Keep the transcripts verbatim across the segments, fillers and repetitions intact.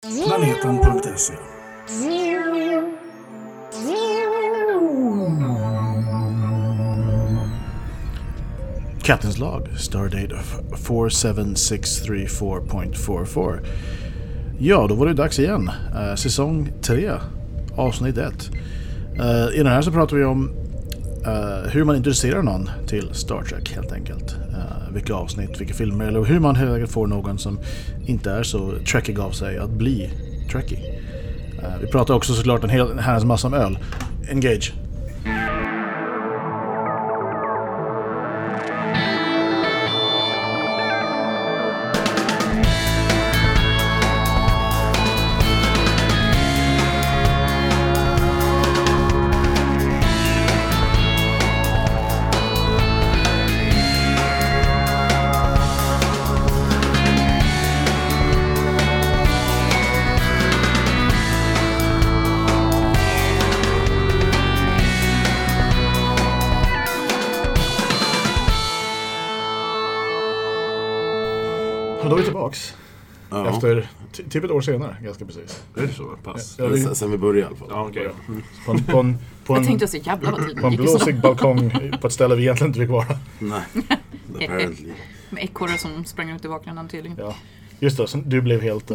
Planeten punkt se. Kattens lag, Stardate four seven six three four point four four. Ja, då var det dags igen. Uh, säsong tre, avsnitt ett. Uh, I den här så pratar vi om uh, hur man introducerar någon till Star Trek helt enkelt. Uh, vilka avsnitt, vilka filmer, eller hur man helt enkelt får någon som inte är så trekig av sig att bli trekig. Uh, vi pratar också såklart en hel herrans massa om öl. Engage. Då är vi tillbaks. Ja. Efter t- typ ett år senare, ganska precis. Det är så, pass. Ja, vi... Sen vi började i alla fall. Ja, okay. mm. på, en, på, en, på en, Jag tänkte så jävla vad på en blåsig balkong på ett ställe vi egentligen inte fick vara. Nej, apparently. Med ekorrar som sprang ut i bakgrunden tydligen. Ja, just det, så du blev helt... Uh,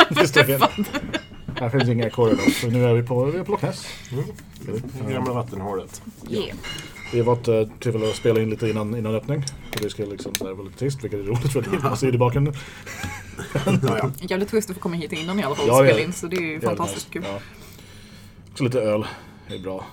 här finns inga ekorrar då, så nu är vi på, vi är på Loch Ness. Mm. Det gamla vattenhålet. Yeah. Vi har varit uh, till att spela in lite innan, innan öppning. Och det ska liksom så här vara lite trist, vilket är roligt för det. Man ser det i bakgrunden. ja, ja. Jävligt trist att få komma hit innan i alla fall och ja, spela ja. in, så det är ju ja, fantastiskt kul. Ja. Också lite öl, det är bra.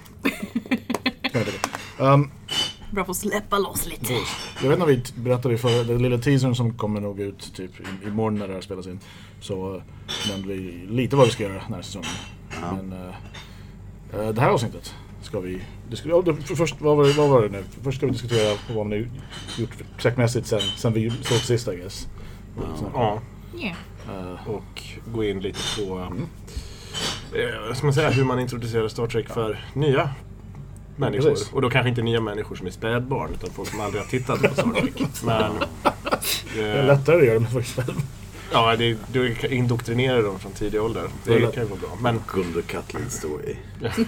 um, bra för att släppa loss lite. Jag vet när vi berättade för den lilla teasern som kommer nog ut typ imorgon när det här spelas in. Så nämnde vi lite vad vi ska göra den här säsongen. Ja. Men uh, det här avsnittet ska vi... Det ska, ja, det, för först, vad, var det, vad var det nu? Först ska vi diskutera vad man har gjort checkmässigt sen, sen vi såg sist, I guess. Ja. ja. Yeah. Uh, och gå in lite på mm. uh, ska man säga, hur man introducerar Star Trek för nya människor. Precis. Och då kanske inte nya människor som är spädbarn, utan folk som aldrig har tittat på Star Trek. Men, uh, det är lättare att göra med folk själv. Ja, det, du indoktrinerar dem från tidig ålder. Det, det kan ju vara bra. Men Gunde Katlin story.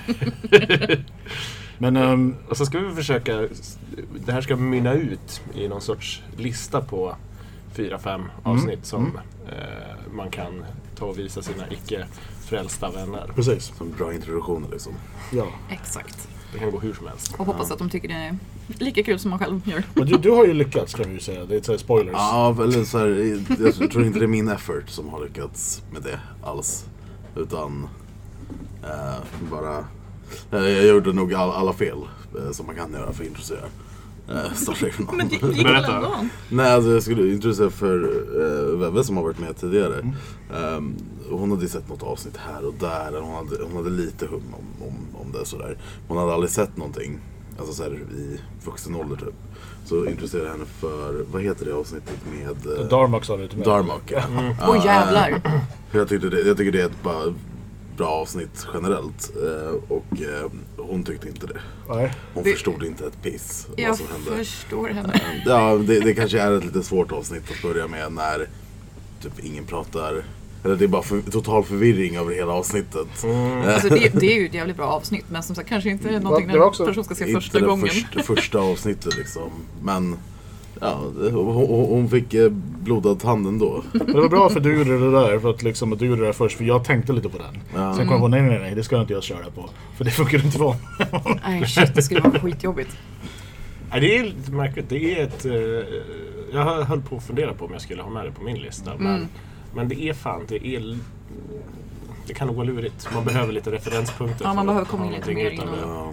Men um, och så ska vi försöka, det här ska mynna ut i någon sorts lista på fyra, fem avsnitt mm. som mm. Eh, man kan ta och visa sina icke-frälsta vänner. Precis. Som bra introduktioner liksom. Ja. Exakt. Det kan gå hur som helst. Och hoppas ja. att de tycker det är lika kul som man själv gör. Men du, du har ju lyckats, kan vi ju säga. Det är så här spoilers. Ja, eller så här, jag tror inte det är min effort som har lyckats med det alls. Utan eh, bara... Eh, jag gjorde nog all, alla fel eh, som man kan göra för att introducera eh, Star Trek. Men det gick väl ändå? Nej, alltså jag skulle introducera för eh, Veve som har varit med tidigare. Mm. Um, hon hade sett något avsnitt här och där. Hon hade, hon hade lite hum om, om, om det sådär. Hon hade aldrig sett någonting. Alltså så här i vuxen ålder typ. Så intresserade henne för, vad heter det avsnittet med... Uh, Darmok sa du till mig. Darmok, ja. Åh mm. uh, oh, jävlar! Jag, tyckte det, jag tycker det är ett bara bra avsnitt generellt. Uh, och uh, hon tyckte inte det. Nej. Hon det, förstod inte ett piss. Jag vad som hände. förstår henne. Uh, ja, det, det kanske är ett lite svårt avsnitt att börja med när typ ingen pratar... Eller det är bara för, total förvirring över hela avsnittet. Mm. Alltså det, det är ju ett jävligt bra avsnitt, men som sagt kanske inte är någonting en person ska se första gången. Inte det första, första avsnittet liksom. Men ja, hon, hon fick blodad tand ändå. Det var bra för du gjorde det där, för att liksom att du gjorde det där först, för jag tänkte lite på den. Ja. Sen kom jag på, nej nej nej, det ska inte jag köra på. För det funkar inte på. Nej shit, det skulle vara skitjobbigt. Nej, det är lite märkligt. Det är ett... Uh, jag höll på att fundera på om jag skulle ha med det på min lista, mm. men Men det är fan, det är... Det kan nog vara lurigt. Man behöver lite referenspunkter. Ja, man behöver komma in lite mer innan. Ja.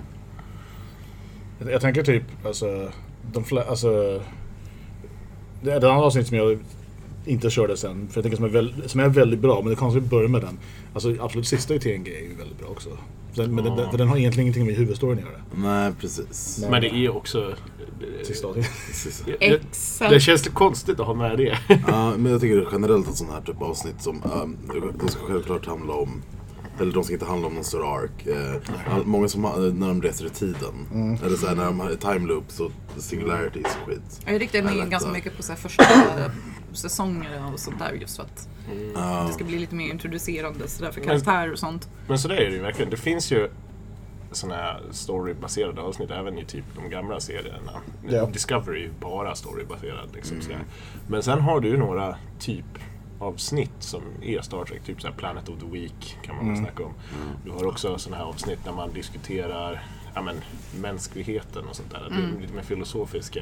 Jag, jag tänker typ, alltså... De flä, alltså det är ett annat avsnitt som jag inte körde sen. För jag tänker som är, väl, som är väldigt bra, men det kan vi börja med den. Alltså absolut sista i T N G är ju väldigt bra också. Den, men ja. den, den har egentligen ingenting med huvudstoryn att göra. Nej, precis. Men, men det är också... Sista avsnitt. Exakt. Det känns konstigt att ha med det. Ja, men jag tycker generellt att sån här typ av avsnitt som... Um, de ska självklart handla om... Eller de ska inte handla om någon större ark. Eh, all, många som när de reser i tiden. Mm. Eller så här, när de har time loops och singularities och skit. Jag riktar mig ganska mycket på så här första säsonger och sånt där just för att Mm. det ska bli lite mer introducerande så där för karaktärer och sånt. Men så där är det ju verkligen. Det finns ju såna här storybaserade avsnitt även i typ de gamla serierna. Ja. Discovery är ju bara storybaserad liksom, mm. Men sen har du ju några typ avsnitt som är Star Trek, typ så här Planet of the Week kan man väl mm. snacka om. Du har också såna här avsnitt när man diskuterar ja, men, mänskligheten och sånt där. Mm. Det är lite mer filosofiska.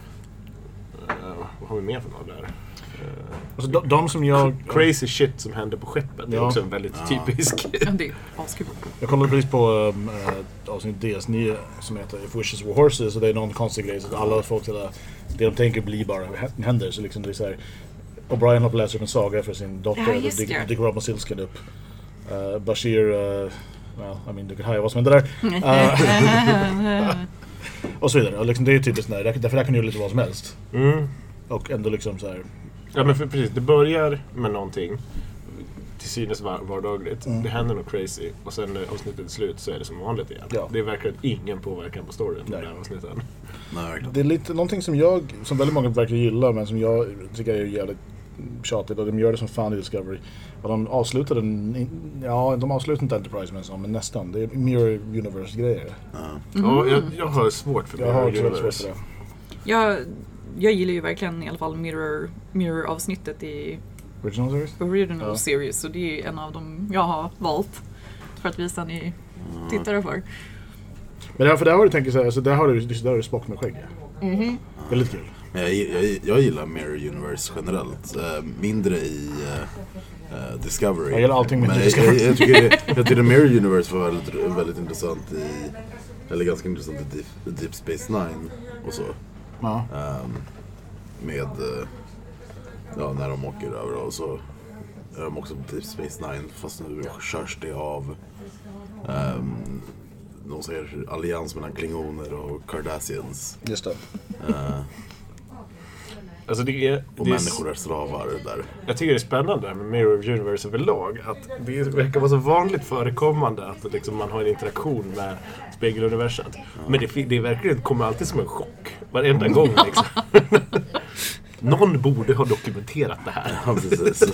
Uh, vad har vi mer för något där? Uh, alltså, de, de som jag... Crazy shit som händer på skeppet. Det är ja. också en väldigt ja. typisk. Ja, det är askul. Jag kollade precis på um, ett avsnitt D S nio som heter If Wishes Were Horses, och det är någon konstig grej så att alla folk, eller, det de tänker blir bara händer. Så liksom det är så här, O'Brien har läst upp en saga för sin dotter, ja, Dick, Dick Romasilskan upp. Uh, Bashir, uh, well, I mean, du kan haja vad som händer där. Uh, och så vidare. Och liksom, det är typiskt där, därför där kan du göra lite vad som helst. Mm. Och ändå liksom så här. Ja men för precis, det börjar med någonting till synes var, vardagligt. Mm. Det händer något crazy och sen när avsnittet är slut så är det som vanligt igen. Ja. Det är verkligen ingen påverkan på storyn på den här avsnitten. Nej, det är lite någonting som jag, som väldigt många verkar gilla men som jag tycker är jävligt tjatigt, och de gör det som fan i Discovery. Och de avslutade en, ja, de avslutade inte Enterprise men, så, men nästan. Det är Mirror Universe-grejer. Mm. Mm. Ja, jag, jag har svårt för jag Mirror har Universe. Svårt för det. Jag, jag gillar ju verkligen i alla fall Mirror, Mirror-avsnittet i Original Series. Original ja. Series, så det är en av dem jag har valt för att visa ni tittare för. Men där, för där har du tänkt så här, alltså där har du, där har du Spock med skägg. Mm-hmm. Väldigt kul. Jag, jag, jag gillar Mirror Universe generellt. Uh, mindre i uh, Discovery. Jag gillar allting med men Discovery. Jag, jag, tycker, jag tycker Mirror Universe var väldigt, väldigt intressant i, eller ganska intressant i Deep, Deep Space Nine och så. Ja. Um, med, uh, ja, när de åker över och så är de också på Deep Space Nine, fast nu körs det av um, någon säger allians mellan klingoner och Cardassians. Just det. Uh, Alltså det är, och det människor är slavar där. Jag tycker det är spännande med Mirror Universe överlag. Att det verkar vara så vanligt förekommande att liksom man har en interaktion med spegeluniverset. Ja. Men det, det verkligen kommer alltid som en chock. Varenda gång liksom. Någon borde ha dokumenterat det här. Ja, precis.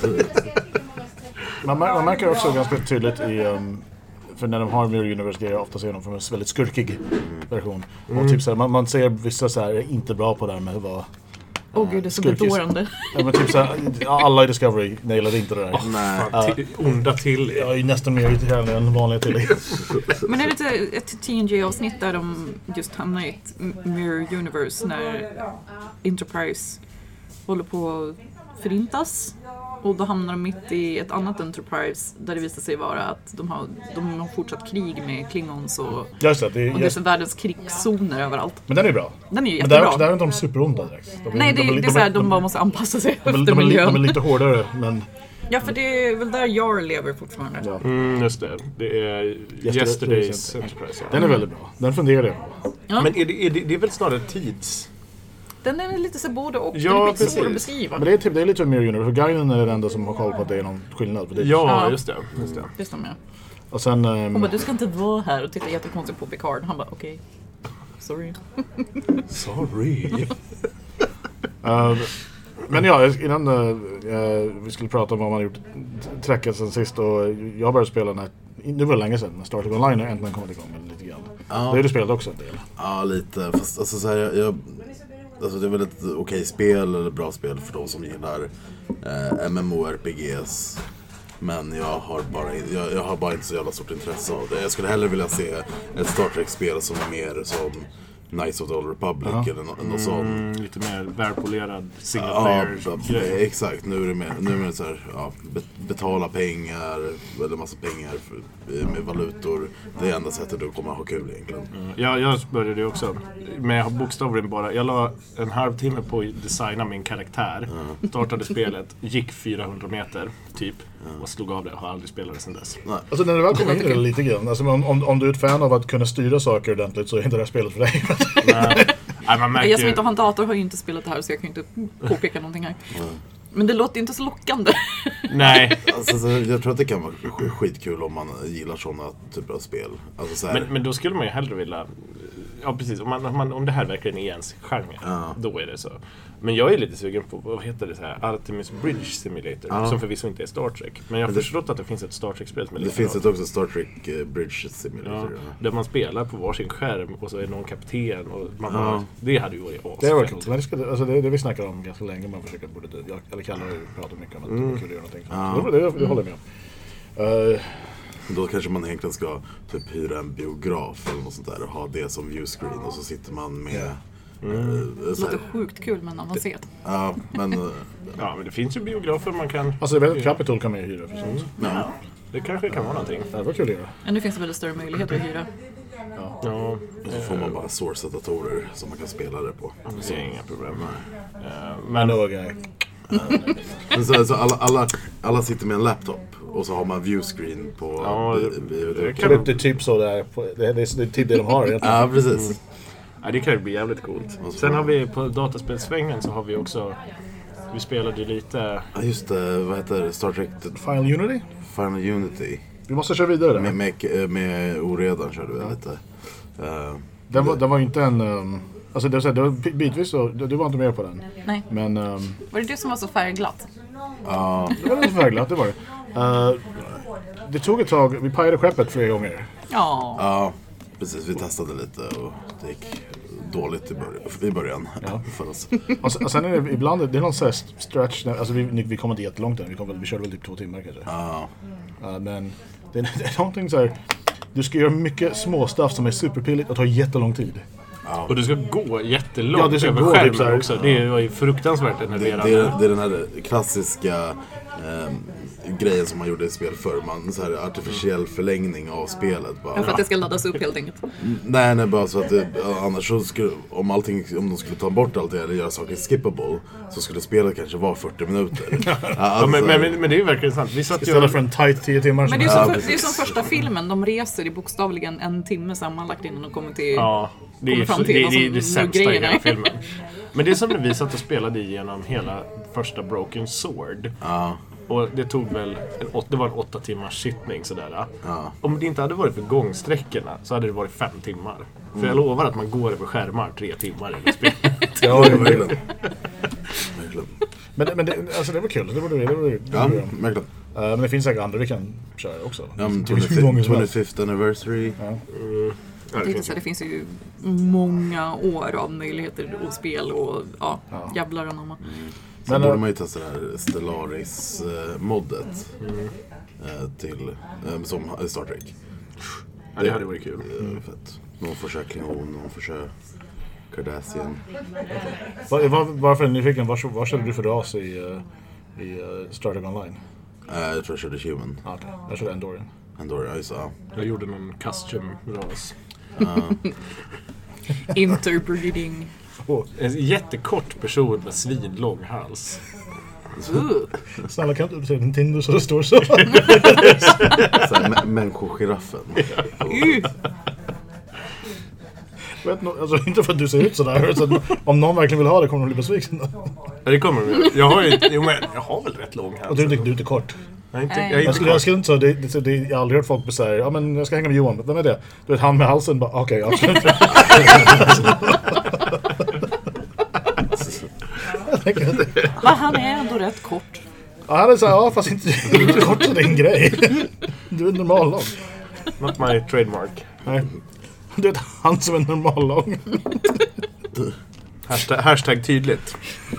man, man märker också ganska tydligt i... Um, för när de har Mirror Universe-grejer ofta ser de från en väldigt skurkig version. Mm. Och typ så här, man, man ser vissa så här är inte bra på det här med att vara... Åh oh, gud, det är så bedårande. Ja, men typ så här, alla i Discovery nailade inte det där. Oh, nej. Uh, till, onda till. Ja, nästan mer irriterande än vanliga till. Men är det inte ett T N G-avsnitt där de just hamnar i ett Mirror Universe när Enterprise håller på att förintas? Och då hamnar de mitt i ett annat Enterprise där det visar sig vara att de har, de har fortsatt krig med Klingons och, just det, det, och det är så världens krigszoner överallt. Men den är bra. Den är ju jättebra. Men där är inte de superonda direkt. De är, Nej, det, de är, det är de, så här, de, de bara måste anpassa sig de, efter de, de, miljön. De är lite hårdare, men... Ja, för det är väl där jag lever fortfarande. Ja. Mm, just det. Det är Yesterday's Enterprise. Den är väldigt bra. Den funderar jag på. Ja. Men är det, är det, det är väl snarare tids... Den är lite så både och. Ja, den är svår att beskriva. Men det är, typ, det är lite Mirror Universe. För Guiden är den enda som har koll på att det är någon skillnad. För det är ja, ja, just det. Just det. Det stämmer. Och sen... Um... Hon bara, du ska inte vara här och titta jättekonstigt på Picard. Han bara, okej. Okay. Sorry. Sorry. uh, men ja, innan uh, vi skulle prata om vad man har gjort träcket sen sist. Och jag började spela när... Det var länge sedan när Star Trek Online äntligen kommit igång lite grann. Ja. Det har du spelat också en del. Ja, lite. Fast alltså så här, jag... jag... Alltså det är väl ett okej okay spel eller bra spel för de som gillar eh, MMORPGs. Men jag har, bara, jag, jag har bara inte så jävla stort intresse av det. Jag skulle hellre vilja se ett Star Trek-spel som är mer som Knights of the Old Republic uh-huh. eller något mm, sånt. Lite mer välpolerad single player. Ja, ja, exakt. Nu är det mer, nu är det så här, ja, betala pengar eller massa pengar för, med valutor. Det är enda sättet att komma och ha kul egentligen. Mm. Ja, jag började det också. Men jag har bokstavligen bara, jag la en halvtimme på att designa min karaktär. Mm. Startade spelet, gick fyrahundra meter typ. Mm. Och slog av det och har aldrig spelat det sedan dess. Nej. Alltså när du väl kommer in i det lite grann. Alltså, om, om, om du är ett fan av att kunna styra saker ordentligt så är inte det här spelet för dig. Nej. Nej, man märker... Jag som inte har en dator har ju inte spelat det här så jag kan inte påpeka någonting här. Mm. Men det låter inte så lockande. Nej. Alltså, så jag tror att det kan vara skitkul om man gillar sådana typer av spel. Alltså, så här... men, men då skulle man ju hellre vilja... ja, precis. Om, man, om, man, om det här verkligen är ens genre, ja. då är det så. Men jag är lite sugen på, vad heter det så här, Artemis Bridge Simulator, ja. som förvisso inte är Star Trek. Men jag har men förstått att det finns ett Star Trek-spel som är det finns ett också Star Trek uh, Bridge Simulator. Ja, där man spelar på varsin skärm och så är någon kapten och man ja. har, det hade ju varit asfett. Det var kul. Men det, ska, alltså det, det vi snackar om ganska länge, man försöker både, jag, eller kallar det, pratar mycket om att mm. det är kul att göra någonting. Ja. Så det, det, det håller jag med om. Uh, Då kanske man egentligen ska typ hyra en biograf eller något sånt där och ha det som viewscreen och så sitter man med... Mm. Uh, det låter sjukt kul men avancerat. Ja, men... Uh, ja, men det finns ju biografer man kan... Alltså jag vet att Capitol kan man ju hyra för sånt. Mm. Ja. Det kanske kan vara någonting. Det var kul att göra. Men nu finns det väldigt större möjligheter att hyra. Ja. Ja. Och så får man bara source-datorer som man kan spela det på. Det är inga problem. Uh, men då uh, men så, så alla, alla, alla sitter med en laptop och så har man viewscreen på... Ja, det, det, det, kan det är typ så där. Det är, det är typ det de har egentligen. Ja, precis. Mm. Ja, det kan ju bli jävligt coolt. Sen har vi på dataspelsvängen så har vi också... Vi spelade lite... Ja, just det. Vad heter det? Star Trek... Final Unity? Final Unity. Vi måste köra vidare där. Med, med, med oredan körde vi ja. lite. Uh, den, var, den var inte en... Um, alltså det var, det var bitvis så... Du, du var inte med på den. Nej. Men... Um, var det du som var så färgglatt? Ja. Uh, det var lite färgglatt, det var det. Uh, det tog ett tag... Vi pajade skeppet flera gånger. Ja. Ja, precis. Vi testade lite och det gick... dåligt i början, i början ja. för oss. Och sen, och sen är det ibland det är någon sån här stretch, alltså vi, vi kommer inte jättelångt än, vi, kom väl, vi körde väl typ två timmar kanske. Ja. Uh, men det, det är någonting så här, du ska göra mycket små stuff som är superpilligt och tar jättelång tid. Ja. Och du ska gå jättelångt ja, det ska över gå, skärmen typ så här, också. Det var ju fruktansvärt den här det, det, är, det är den här klassiska eh, grejen som man gjorde i spel förr. Man så här artificiell förlängning av spelet. Bara. Ja, för att det ska laddas upp helt enkelt. Nej, nej, bara så att det, annars så skulle, om allting, om de skulle ta bort allt det eller göra saker skippable så skulle spelet kanske vara fyrtio minuter. ja, alltså, men, men, men det är ju verkligen sant. Vi satt istället ju... för en tight tio timmar. Men det är, som, ja, för, det är som första filmen. De reser i bokstavligen en timme sammanlagt innan de kommer till... Ja, det är, fram till det, det, det är det sämsta i hela filmen. Men det är som när vi satt och spelade igenom hela första Broken Sword. Ja. Och det tog väl en, det var en åtta timmars sittning sådär. Ja. Om det inte hade varit för gångsträckorna så hade det varit fem timmar. För mm. jag lovar att man går över skärmar tre timmar i spelet. Ja, verkligen. Men, men det, alltså det var kul. Det var det, det var det, ja, verkligen. Uh, men det finns säkert andra vi kan köra också. Ja, men tjugofemte anniversary. Ja. Mm. Ja, det, det, finns så det finz ju många år av möjligheter och spel och ja, ja. jävlar anamma. Mm. Sen men, borde man ju testa det här Stellaris-moddet mm. eh, till eh, som Star Trek. Ja, det hade varit kul. Mm. Fett. Någon får köra Klingon, någon får köra Cardassian. Var, var, varför är ni nyfiken? Var, var körde du för ras i, uh, i uh, Star Trek Online? Uh, jag tror jag körde Human. Ah, okay. Jag körde Andorian. Andorian, just ja. Jag gjorde någon custom-ras. Uh. Interbreeding. Oh, en jättekort person med svinlång hals. Uh. Snälla kan du inte säga en Tinder så det står så. Såhär, människogiraffen. uh. Vet no, alltså inte för att du ser ut sådär, så att om någon verkligen vill ha det kommer de bli besviken. Ja, det kommer de. Jag har ju, jo, men jag har väl rätt lång hals. Och du, du, du är inte kort. Jag, är inte, jag, jag, är jag, skulle, jag skulle inte så, det, det, det, jag har aldrig hört folk säga, ja men jag ska hänga med Johan, vem är det? Du vet, han med halsen, bara okej, okay, absolut. Men han är ändå rätt kort. Ja, han är så här, ja fast inte, inte kort så det är en grej. Du är normal lång. Not my trademark. Nej. Du vet, han som är normal lång. hashtag, hashtag tydligt.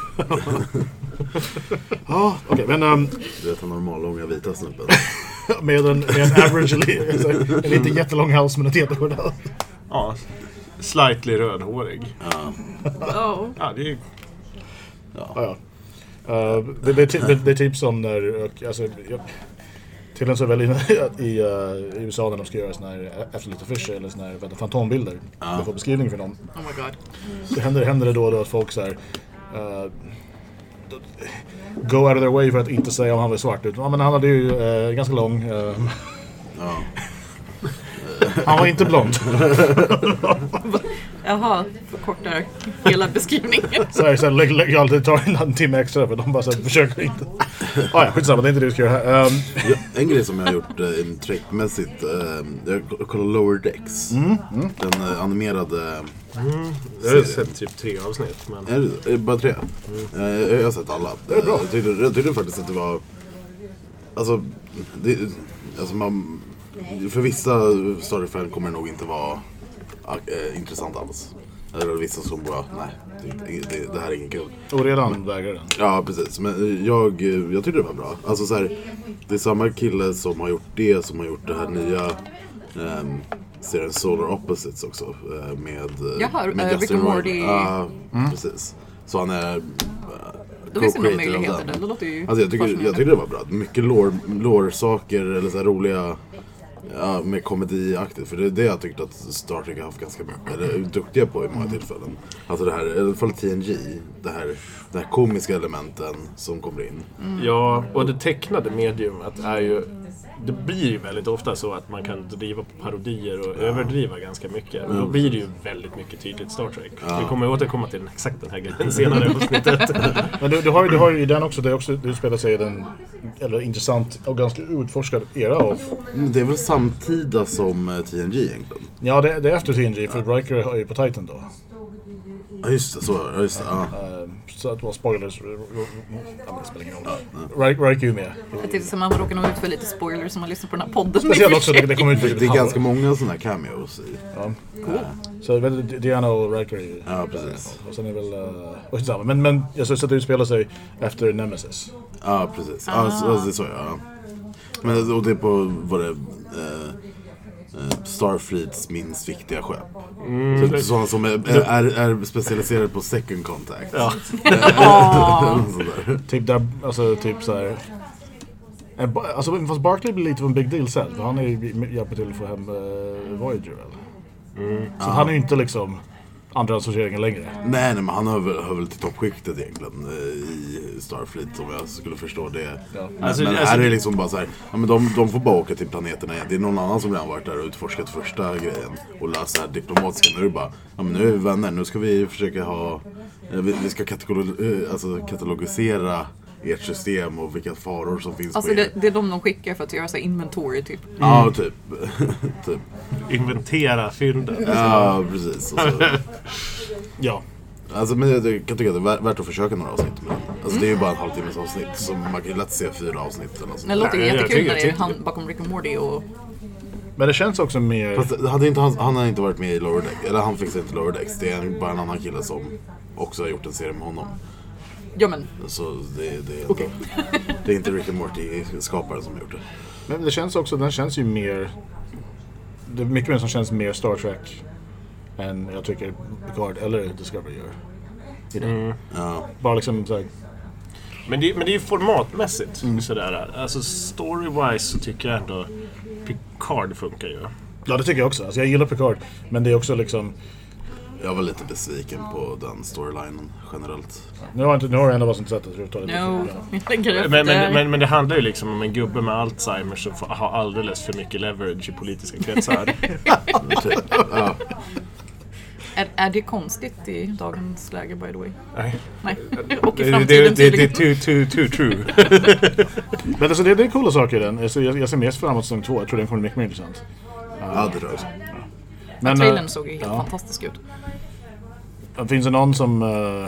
Ja, okej, okay, men... Um, du vet, en normal långa vita snubben. med, en, med en average, en lite jättelång hals med ett jättekort hals. Ja, slightly rödhårig. Ja. Oh. Ja, det är... Ja, ja. Uh, det, det, det, det är typ som när... Alltså, jag, till en så väl i, i, uh, i U S A när de ska göra såna här After Little Fish eller såna här vet, fantombilder. Ja. Du får beskrivning för dem. Oh my god. Så händer, händer det då och då att folk så här... Uh, go out of their way för att inte säga om han var svart. Ja, men han hade ju uh, ganska lång... Uh, ja. Han var inte blond. Jaha, förkortar hela beskrivningen. Så här, så här, lägg, lägg, alltid tar en timme extra för de bara så här, försöker inte. Ah, ja, skitsamma, det är inte det vi ska göra här. Um, ja, en grej som jag har gjort eh, trickmässigt, eh, jag kollar Lower Decks. Mm, mm. Den eh, animerade... Mm. Jag har sett typ tre avsnitt. Men... Är det, är det bara tre? Mm. Eh, jag har sett alla. Det är bra. Jag tyckte, jag tyckte faktiskt att det var... Alltså, det, alltså man, för vissa storyfan kommer det nog inte vara äh, intressant alls. Eller vissa som bara, nej, det, det, det här är ingen kul. Och redan vägrar den. Ja, precis. Men jag, jag tyckte det var bra. Alltså så här, det är samma kille som har gjort det, som har gjort det här nya ähm, serien Solar Opposites också. Äh, med, Jaha, med uh, Rick and Morty. Ja, mm. precis. Så han är... Det finns några möjligheter, det låter ju alltså jag, tycker, jag tycker det var bra. Mycket lore-saker eller så här roliga, ja, med komediaktigt. För det är det jag tyckte att Star Trek har haft ganska mycket, eller är duktiga på i många tillfällen. Alltså det här, i alla fall T N G, det här, det här komiska elementen som kommer in. Mm. Ja, och det tecknade mediumet är ju, det blir ju väldigt ofta så att man kan driva på parodier och ja. överdriva ganska mycket. Och då blir det ju väldigt mycket tydligt Star Trek. Ja. Vi kommer återkomma till exakt den här grejen senare i avsnittet. Men du, du, har ju, du har ju i den också, det är också, du spelar sig i den, eller intressant och ganska utforskad era av... Det är väl samtida som T N G egentligen? Ja, det, det är efter T N G, för Riker är ju på Titan då. Ja, just det, så just det, ja. Uh, så att det var spoilers. Ja, det spelar ingen roll. Riker är ju med. Det är som man råkar nog ut för lite spoilers om man lyssnar på den här podden. Speciellt också, det, det kommer ut det, det är ganska många sådana här cameos i. Ja, cool. Så väl Diana och Riker är ju... Ja, precis. Och sen är väl... Uh, samma. Men, men jag så att det utspelar sig efter Nemesis. Ja, precis. Ja, så, det är så, ja. Men och det är på vad det... Uh, Starfleets minst viktiga skepp. Mm. Typ sådana som är, är, är specialiserade på second contact. Ja. Typ där, alltså typ så här. Alltså fast Barclay blir lite av en big deal sen. För han är ju hjälper till att få hem uh, Voyager väl. Mm. Så ja. Han är ju inte liksom andra sorteringen längre. Nej, nej, men han hör väl, hör väl till toppskiktet egentligen i Starfleet, om jag skulle förstå det. Ja. Men, alltså, men här är det liksom bara så här, ja, men de, de får bara åka till planeterna igen. Det är någon annan som redan varit där och utforskat första grejen och lösa här diplomatiska. Nu är det bara, ja men nu är vi vänner, nu ska vi försöka ha, vi, vi ska katalog, alltså, katalogisera ert system och vilka faror som finns alltså på det, det är de de skickar för att göra så inventory typ. Mm. Ja, typ. typ. Inventera fynden. Ja, precis. Och så. Ja. Alltså, men jag kan tycka att det är värt att försöka några avsnitt. Men, alltså, mm. det är ju bara en halvtimmes avsnitt, så man kan ju lätt se fyra avsnitt. Eller det låter ju jättekul när det är han bakom Rick and Morty och... Men det känns också mer... Fast hade inte, han, han har inte varit med i Lower Decks, eller han fixar inte Lower Decks. Det är bara en annan kille som också har gjort en serie med honom. Ja, men... Så det, det, är, okay. det är inte Rick and Morty-skaparen som har gjort det. Men det känns också, den känns ju mer... Det är mycket mer som känns mer Star Trek än jag tycker Picard eller Discovery gör. Mm. Ja. Bara liksom så här... Men det, men det är ju formatmässigt mm. sådär. Alltså story-wise så tycker jag ändå Picard funkar ju. Ja, det tycker jag också. Alltså, jag gillar Picard, men det är också liksom... Jag var lite besviken på den storylinen generellt. Nu har, inte, nu har jag ändå inte sett det. No. men, men, men, men det handlar ju liksom om en gubbe med Alzheimer som får, har alldeles för mycket leverage i politiska kretsar. Ja. Är, är det konstigt i dagens läge, by the way? Nej. Nej. Och i det, framtiden det, det, det är too, too, too true. Men alltså, det, det är coola saker i den. Jag, jag ser mest fram emot säsong två. Jag tror den kommer mycket mer intressant. Ja, det tror jag också. Men trailern såg ju helt ja. fantastisk ut. Finns det någon som... Uh,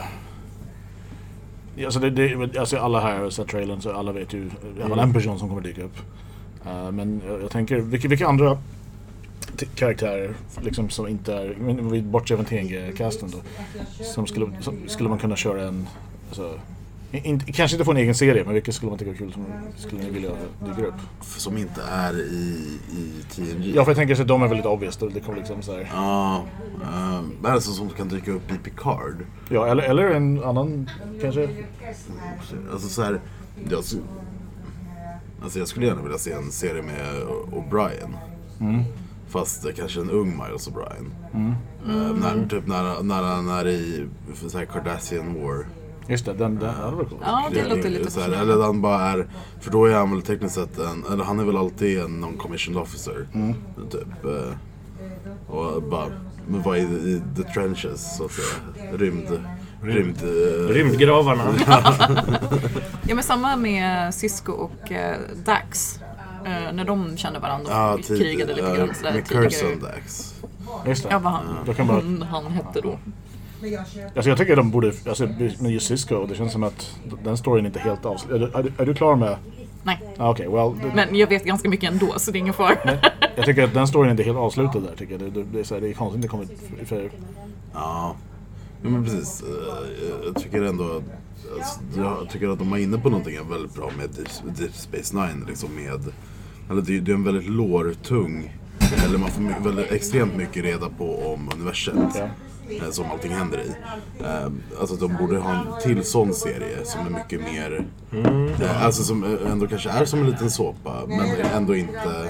alltså, det, det, alltså alla här har sett trailern, så alla vet ju i alla fall en person som kommer dyka upp. Uh, men jag, jag tänker, vilka, vilka andra t- karaktärer liksom, som inte är... Vi bortser från T N G-casten då. Som skulle, som skulle man kunna köra en... Alltså, in, kanske inte få en egen serie, men vilka skulle man tycka är kul som skulle ni vilja dyka upp? Som inte är i, i T N G. Ja, för jag tänker att de är väldigt obvious. Det kommer liksom så här. Ja, uh, det är så som kan dyka upp i Picard. Ja, eller, eller en annan kanske. Alltså så här, jag, alltså jag skulle gärna vilja se en serie med O'Brien. Mm. Fast kanske en ung Miles O'Brien. Mm. Uh, när, typ när, när han är i så här Cardassian War. Just det, den där är väl cool. Ja, det låter lite så här, eller han bara är, för då är han väl tekniskt sett en, eller han är väl alltid en non-commissioned officer. Mm. Typ, Och bara, men vad är i the trenches så att säga? Rymd... Rymd... Uh... Rymdgravarna. Ja, men samma med Sisko och uh, Dax. Uh, när de kände varandra och ah, tid, krigade lite uh, grann sådär med tidigare. Curson Dax. Just det. Ja, vad han, Då kan bara... han, han hette då. Alltså jag tycker de borde, alltså med just Sisko, det känns som att den storyn inte är helt avslutad. Är, du- är, du- är du klar med? Nej, Ah, Okej, well, det, men jag vet ganska mycket ändå, så det är ingen far. men jag tycker att den storyn inte är helt avslutad där, tycker jag. Det, det, det är så här, det är konstigt att det kommer för, för Ja, ja men precis. Uh, jag tycker ändå alltså, jag tycker att de är inne på någonting väldigt bra med Deep, Deep Space Nine liksom med, eller det, det är en väldigt lårtung, eller man får my, väldigt, extremt mycket reda på om universum. Ja. eh, Som allting händer i. eh, Alltså de borde ha en till sån serie som är mycket mer mm. eh, alltså som eh, ändå kanske är som en liten såpa, men ändå inte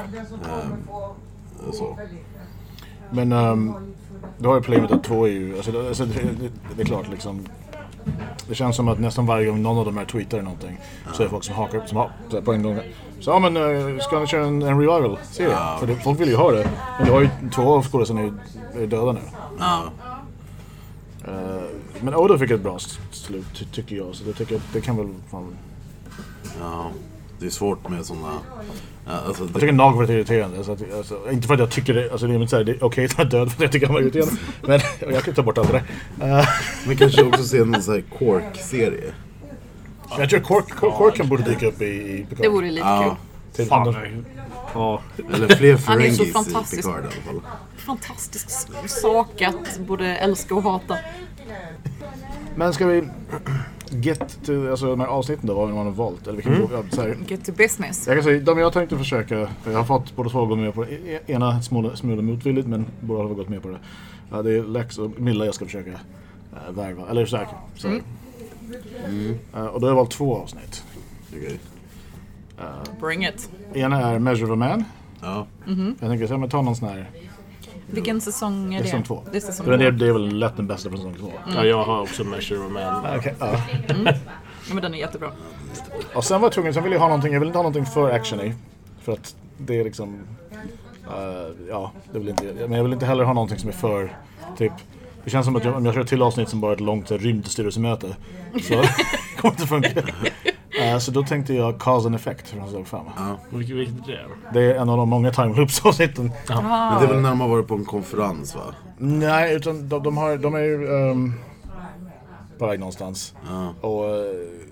eh, så. Men um, då har ju problemet att två är ju, alltså, det, alltså, det, det, det är klart liksom. Det känns som att nästan varje gång någon av dem här tweetar någonting så är det folk som hakar upp som har så här, på en gång. Så ja men uh, ska ni köra en, en revival-serie? Ja. För det, folk vill ju ha det. Men det har ju två av skådespelarna är, är döda nu. Ja. Uh, men Oda fick ett bra slut ty- tycker jag. Så det tycker jag, det kan väl fan... Ja, det är svårt med såna. Alltså, Jag tycker Nog var irriterande. Så att, alltså, inte för att jag tycker det, alltså, det är inte så här, det är okej att han är död för att jag tycker han var irriterande. Men jag kan ta bort allt det där. Uh, men kanske också se någon sån här Quark-serie. jag tror Quark, Quark, Quark kan borde dyka upp i, i Picard. Det vore lite Ja. kul. Till Fan, andra- nej. Ja. Eller fler Han är så Ferengis i fantastisk. Picard i alla fall. Fantastisk sak att både älska och hata. Men ska vi get to, alltså de här avsnitten då, vad man har valt? Eller vi kan Mm. gå, så här. Get to business. Jag kan säga, de jag tänkte försöka, jag har fått båda två gånger med på det. Ena smula, smula motvilligt, men båda har gått med på det. Ja, det är Lex och Milla jag ska försöka äh, värva, eller så här. Så här. Mm. Uh, och då har jag valt två avsnitt. Okej. Bring it. Ena är Measure of a Man. Ja. Jag tänker så här, men ta någon sån här. Vilken säsong är det? Säsong två. Det är säsong Men det, två. det är väl lätt den bästa på säsong två. Ja, jag har också Measure of Man. Okay, ja. Ja, men den är jättebra. Och sen var jag tvungen, sen vill jag ha någonting, jag vill inte ha någonting för actiony. För att det är liksom, uh, ja, det vill inte, men jag vill inte heller ha någonting som är för, typ, det känns som att jag, om jag kör ett till avsnitt som bara är ett långt rymdstyrelsemöte så kommer det inte funka. Uh, så då tänkte jag Cause and Effect från säsong fem. Ja. Vilket, vilket är det? Det är en av de många time loops avsnitten. Men det är väl när de har varit på en konferens, va? Nej, utan de, de, har, de är ju um, på väg någonstans. Ja. Och uh,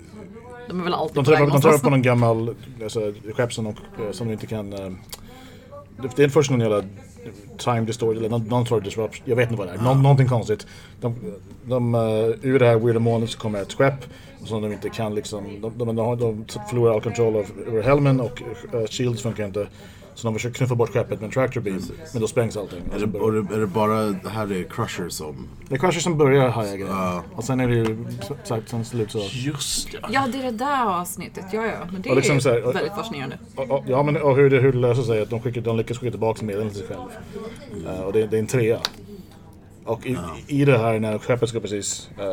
De är väl alltid de på väg träffar, de någonstans. träffar på någon gammal alltså, skepp som de, som de inte kan... Uh, det är först någon jävla time distortion eller någon, någon sort of disruption. Jag vet inte vad det är. Nå, någonting konstigt. De, de, uh, ur det här weirda molnet så kommer ett skepp som de inte kan liksom... De, de, de, de förlorar all control över helmen och uh, shields funkar inte. Så de försöker knuffa bort skeppet med en tractor beam. Men då sprängs allting. Är det, och det, är det bara det här är Crusher som... Det är Crusher som börjar haja grejer. Ja. Och sen är det ju sagt sen slut så... Just ja. Ja, det är det där avsnittet. Ja, ja. Men det Och liksom är så här, och- väldigt fascinerande. Och, och, ja, men och hur det, hur det löser sig att de, skickar, de lyckas skicka tillbaka meddelanden till sig själv. Uh, och det, det är en trea. Och i, i det här när skeppet ska precis uh,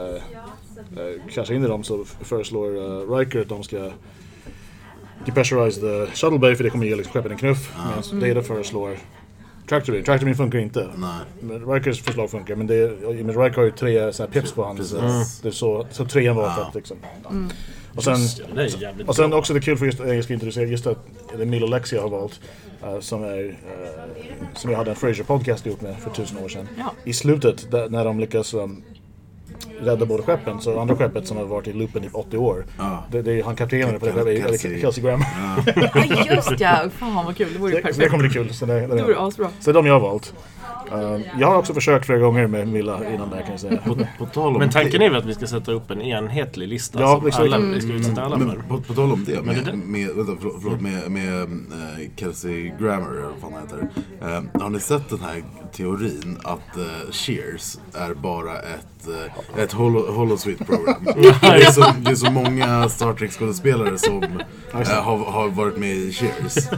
uh, krascha in i dem så föreslår uh, Riker att de ska depressurize the shuttle bay för det kommer ge liksom skeppet en knuff. Medan Data föreslår tractor beam. Tractor beam funkar inte. Nej. Men Rikers förslag funkar, men det är, men Riker har ju tre så här pips på hans. Precis. Mm. Det är så, så trean var för att liksom. Ja. Och sen, Just ja, det är jävligt och sen bra. också det är kul för just, jag ska introducera just att det är Milo Lexia har valt. Uh, som är uh, som jag hade en Frasier podcast ihop med för tusen år sedan. Ja. I slutet där, när de lyckas um, rädda båda skeppen, så andra skeppet som har varit i loopen i åttio år. Ja. Det, det är han kaptenen på det Kel- skeppet, eller Kelsey. Kelsey Grammer. Ja, just ja. Fan vad kul. Det vore ju Det, så det perfekt. kommer bli kul. Så det, det, Det vore asbra. så det är de jag har valt. Uh, jag har också försökt flera gånger med Milla innan där kan jag säga. På, på tal om Men tanken det, är väl att vi ska sätta upp en enhetlig lista Ja, som exakt. alla, Mm. vi ska utsätta alla men för. på, på tal om det, Men det med, där- med, vänta, förlåt, förlåt, med, med äh, Kelsey Grammer, eller vad fan han heter. Äh, har ni sett den här teorin att äh, Cheers är bara ett, äh, ett holo, holosuite-program? det, är så, det är så många Star Trek-skådespelare som äh, har, har varit med i Cheers.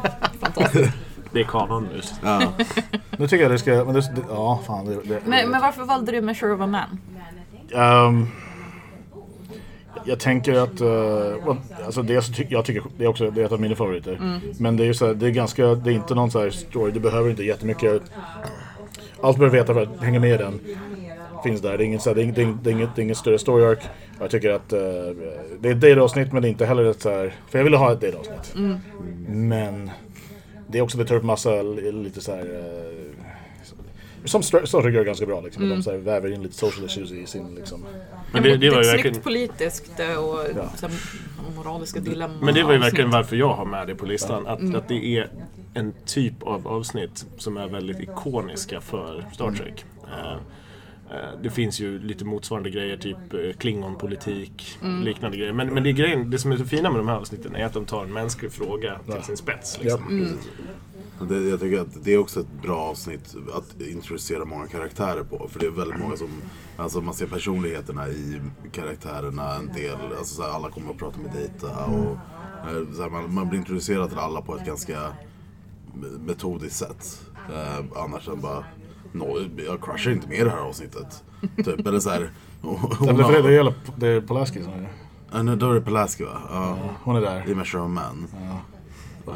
Det är kanon nu. Ja. Nu tycker jag det ska... Men det, det, ja, fan. Det, det, Men, men varför valde du Measure of a Man? Um, jag tänker att uh, alltså det ty- jag tycker det är också det är ett av mina favoriter. Mm. Men det är ju så här, det är ganska det är inte någon så här story, det behöver inte jättemycket. Allt behöver veta för att hänga med i den. Finns där. Det är inget så här, det är inget, det är inget, det är inget, det är inget större story arc. Jag tycker att uh, det är ett date-avsnitt, men det är inte heller ett så här, för jag ville ha ett date-avsnitt. Mm. Men det är också det tar upp massa lite så här uh, som Star gör ganska bra liksom. Mm. De så här, väver in lite social issues i sin liksom. Men det, det var ju verkligen politiskt och ja. så, moraliska dilemma. Men det var ju verkligen varför jag har med det på listan. Att, mm. att det är en typ av avsnitt som är väldigt ikoniska för Star Trek. Mm. Uh, uh, det finns ju lite motsvarande grejer, typ uh, Klingon-politik, mm. liknande grejer. Men, men det, är grejen, det som är så fina med de här avsnitten är att de tar en mänsklig fråga till ja. sin spets. Liksom. Ja. Mm. Det, jag tycker att det är också ett bra avsnitt att introducera många karaktärer på. För det är väldigt många som, alltså man ser personligheterna i karaktärerna en del. Alltså så här, alla kommer att prata med dejta och så här, man, man blir introducerad till alla på ett ganska metodiskt sätt. Eh, annars än bara, no, jag crushar inte med det här avsnittet. Typ, eller så här. Och, och, det, det, gäller, det är Pulaski som är det. Ja, nu, då är det Pulaski va? Ja, hon är där. I Measure of Man. Ja. Ja.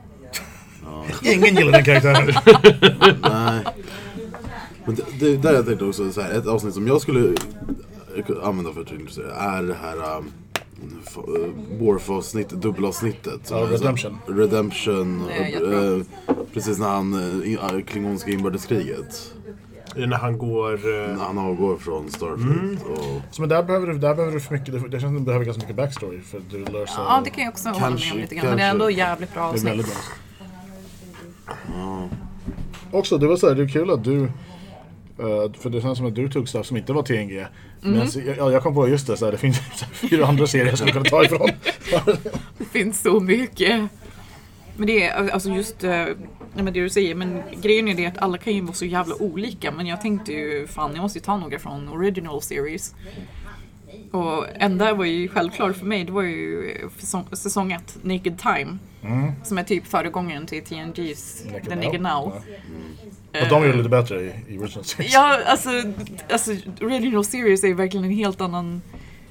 Ingen gillar den karaktären. Nej. Men det, det där jag tänkte också så här, ett avsnitt som jag skulle använda för att intressera är det här um, Worf-avsnittet, dubbelavsnittet. Ja, Redemption. Så, Redemption. Uh, precis när han uh, klingonska inbördeskriget. När han går uh... när han avgår från Starfleet. Mm. Och... Så men där behöver du där behöver du för mycket, det känns som du behöver ganska mycket backstory för att du lär sig. Ja, det kan jag också hålla med om lite grann, men det är ändå jävligt bra avsnitt. Det är väldigt bra. Ja. Också, det var så här, det är kul att du uh, för det känns som att du tog stuff som inte var T N G. Mm. Men jag, jag kom på just det, så här, det finns fyra andra serier som jag kan ta ifrån. Det finns så mycket. Men det är alltså just uh, men det du säger, men grejen är det att alla kan ju vara så jävla olika, men jag tänkte ju fan, jag måste ju ta några från original series. Och enda var ju självklart för mig, det var ju säsong, säsong ett, Naked Time. Mm. Som är typ föregångaren till T N G's The Naked Now. Ja. Mm. Och de är ju lite bättre i, i original series. Ja, alltså, alltså original series är verkligen en helt annan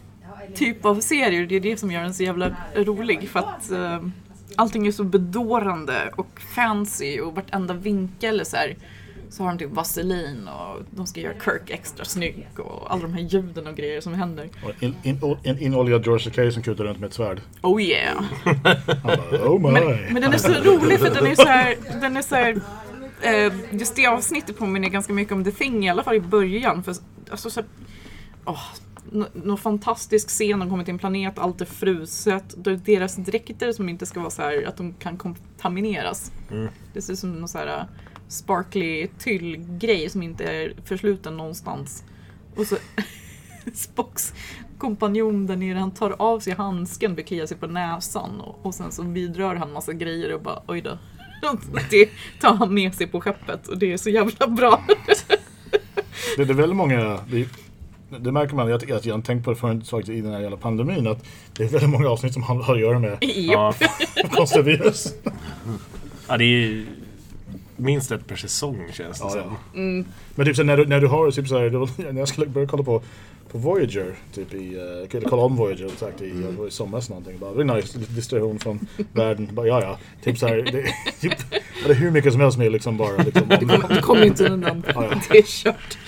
typ av serier. Det är det som gör den så jävla rolig, för att uh, allting är så bedårande och fancy och vartenda vinkel är så här. Så har de typ vaselin och de ska göra Kirk extra snygg och alla de här ljuden och grejer som händer. Och en in, in, inoljad George Takei som kutar runt med ett svärd. Oh yeah. bara, oh my. Men, men den är så rolig för den är så här, den är så här, eh, just det avsnittet påminner ganska mycket om The Thing, i alla fall i början. För, alltså, så här, oh, någon fantastisk scen, de kommer till en planet, allt är fruset. Deras dräkter som inte ska vara så här att de kan kontamineras. Mm. Det ser ut som någon så här sparkly tyllgrej som inte är försluten någonstans. Och så Spocks kompanjon där nere, han tar av sig handsken, bekliar sig på näsan och, och sen så vidrör han massa grejer och bara, oj då. Det tar han med sig på skeppet och det är så jävla bra. Det är väldigt många, det, det märker man, jag, jag, jag har tänkt på det förut i den här jävla pandemin, att det är väldigt många avsnitt som har att göra med ja. konstiga virus. Ja, det är ju minst ett per säsong, känns det ja, som. Ja. Mm. Men typ så när du, när du har typ så här, då, när jag skulle börja kolla på på Voyager typ i uh, kolla om Voyager sagt i, mm. i somras någonting bara, det är nice, lite distraktion från världen bara, ja ja typ så här, det, typ, det är hur mycket som helst med liksom bara liksom, det kommer, det kommer inte undan. Ja, ja. Det är kört.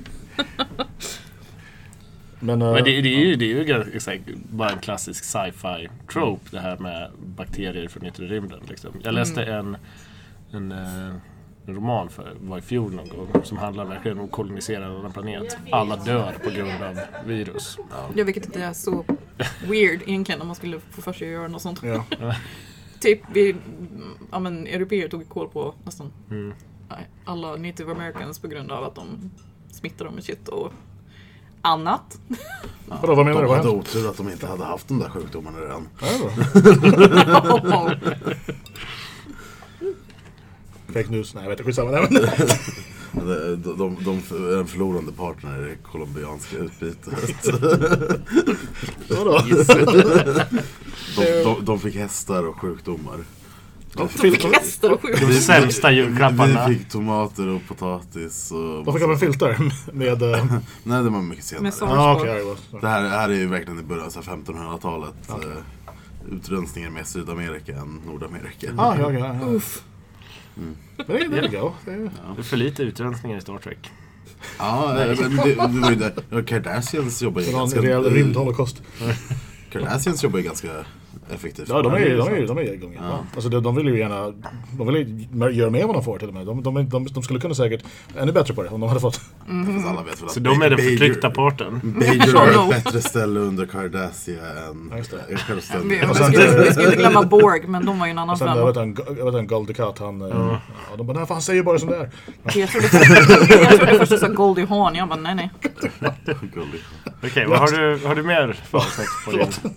Men, uh, Men det, det är ju, det är ju ganska, bara en klassisk sci-fi trope, det här med bakterier från yttre rymden liksom. Jag läste mm. en en uh, en roman för var i fjol någon gång som handlar verkligen om att kolonisera en planet. Alla dör på grund av virus. Ja, ja, vilket inte är så weird egentligen om man skulle få för sig att göra något sånt. Ja. Typ vi, ja men europeer tog koll på nästan mm. alla Native Americans på grund av att de smittar dem med shit och annat. Ja. Vadå, vad menar de du? hade otur att de inte hade haft de där sjukdomarna redan. Ja, fake news, nej jag vet inte, skitsamma. Nej, men de, de, de är en förlorande partner i det kolumbianska utbytet. Vadå? de, de, de fick hästar och sjukdomar. Hästar och sjukt. De sämsta julklapparna. Vi fick tomater och potatis. Och Varför kan man filter med... Uh... Nej, det var mycket senare. Ah, okay. Det här, här är ju verkligen i början av femtonhundratalet. Okay. Uh, utrensningar med Sydamerika än Nordamerika. Ah, ja, ja, ja. Uff. Mm. Det är det go. Det är för lite utrensningar i Star Trek. Ja, men det, det var ju det. Ja, Kardashians jobbar ju ganska... Det är en rymd holocaust. Kardashians jobbar ju ganska effektivt. Ja, de är de är de är igång. Ja. Alltså de, de vill ju gärna de vill ju göra mer vad de får till och med. De, de, de, de skulle kunna säkert ännu bättre på det om de hade fått. Mm. Alla vet väl så de är den förtryckta parten. Bajor har ett bättre ställe under Kardashian än ja, vi, vi, skulle, vi skulle inte glömma Borg, men de var ju en annan femma. Jag vet en, jag vet en Goldie Cut, han mm. ja, de bara, nej, för han säger bara som det är. Ja. Jag trodde först, först att sa Goldie Hawn, jag bara, nej nej. Goldie. Okej, okay, vad har du, har du mer för avsnitt på din?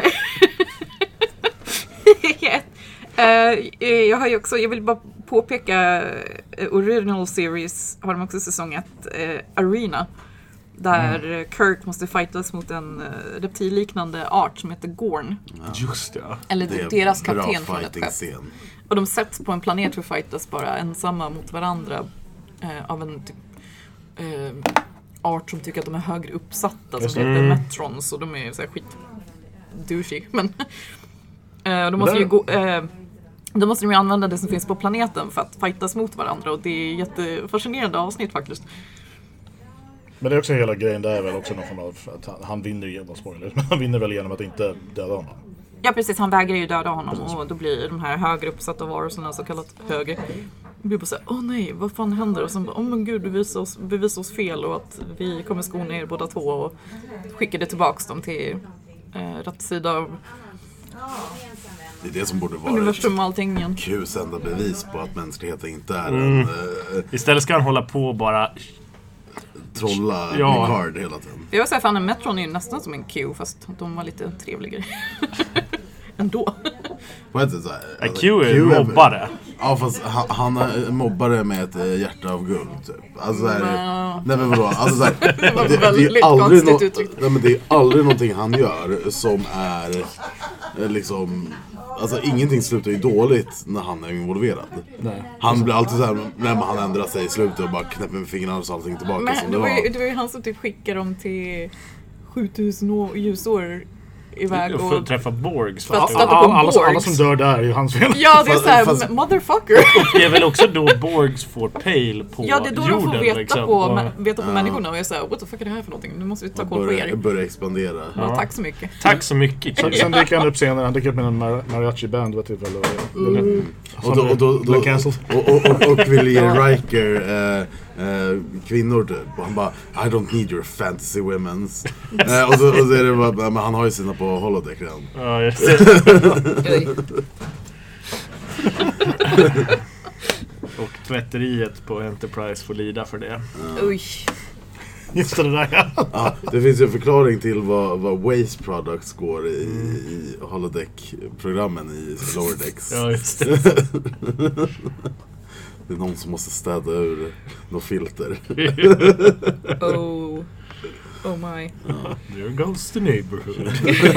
uh, jag har ju också, jag vill bara påpeka uh, Original Series har de också säsong ett, uh, Arena, där mm. Kirk måste fightas mot en uh, reptilliknande art som heter Gorn. Ja. Just det. Eller det deras kapten från ett skepp. Och de sätts på en planet för att fightas bara ensamma mot varandra uh, av en typ, uh, art som tycker att de är högre uppsatta, som heter mm. Metrons, och de är så här skit douchey, men uh, de måste ju gå uh, då måste de ju använda det som finns på planeten för att fightas mot varandra, och det är jättefascinerande avsnitt faktiskt. Men det är också hela grejen där är väl också någon form av att han, han vinner genom spoilers, men han vinner väl genom att inte döda honom. Ja precis, han vägrar ju döda honom. Precis. Och då blir de här högre uppsatta varelserna så kallat högre. Det blir bara såhär, åh nej, vad fan händer? Och sen, åh men gud, bevisa oss, bevisa oss fel och att vi kommer skona er båda två, och skickade tillbaks dem till eh, rätt sida av det är det som borde vara universum och allting igen. Qs enda bevis på att mänskligheten inte är mm. en... Äh, istället ska han hålla på och bara trolla ja. Picard hela tiden. Jag vill säga, fan en Metron är ju nästan som en Q, fast de var lite trevligare. Ändå. På ett sätt så här, alltså, Q är Q mobbare. Ja, fast han, han är mobbare med ett hjärta av guld typ. Alltså så här, no. nej men vadå? Alltså så här, det, det, det, är aldrig no, nej, men det är aldrig någonting han gör som är liksom, alltså ingenting slutar ju dåligt när han är involverad. Nej. Han blir alltid så här, när man ändrar sig i slutet och bara knäpper med fingrarna så allting tillbaka men, som det, det var. var. Det var ju han som typ skickar dem till sjutusen ljusår iväg och, och träffa Borgs. All, all, all, alla, alla som dör där är ju hans fel. Ja, det är såhär, fast, motherfucker. Det är väl också då Borgs får pejl på jorden. Ja, det är då jorden, de får veta liksom. på, och, ma- veta på ja. människorna. Och jag säger, what the fuck är det här för någonting? Nu måste vi ta koll på er. Börja expandera. Ja. Ja, tack så mycket. Tack så mycket. Sen, sen dyker han upp senare, han dyker upp med en mar- mariachi-band vid tillfälle. Mm. Och, då, och, då, då, och, och, och, och vill ge Riker äh, äh, kvinnor typ. Och han bara, I don't need your fantasy women's. äh, och, så, och så är det bara, men han har ju sina på holodeck redan. Ja, just det. Och tvätteriet på Enterprise får lida för det. Ja. Oj. Just det där, ja. Ja, det finns ju en förklaring till vad, vad Waste Products går i, i holodeck-programmen i Lower Decks. Ja, just det. Det är någon som måste städa ur något filter. Oh. Oh my. Ja. There goes the neighborhood.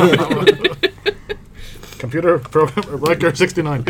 Computer program Riker sextionio.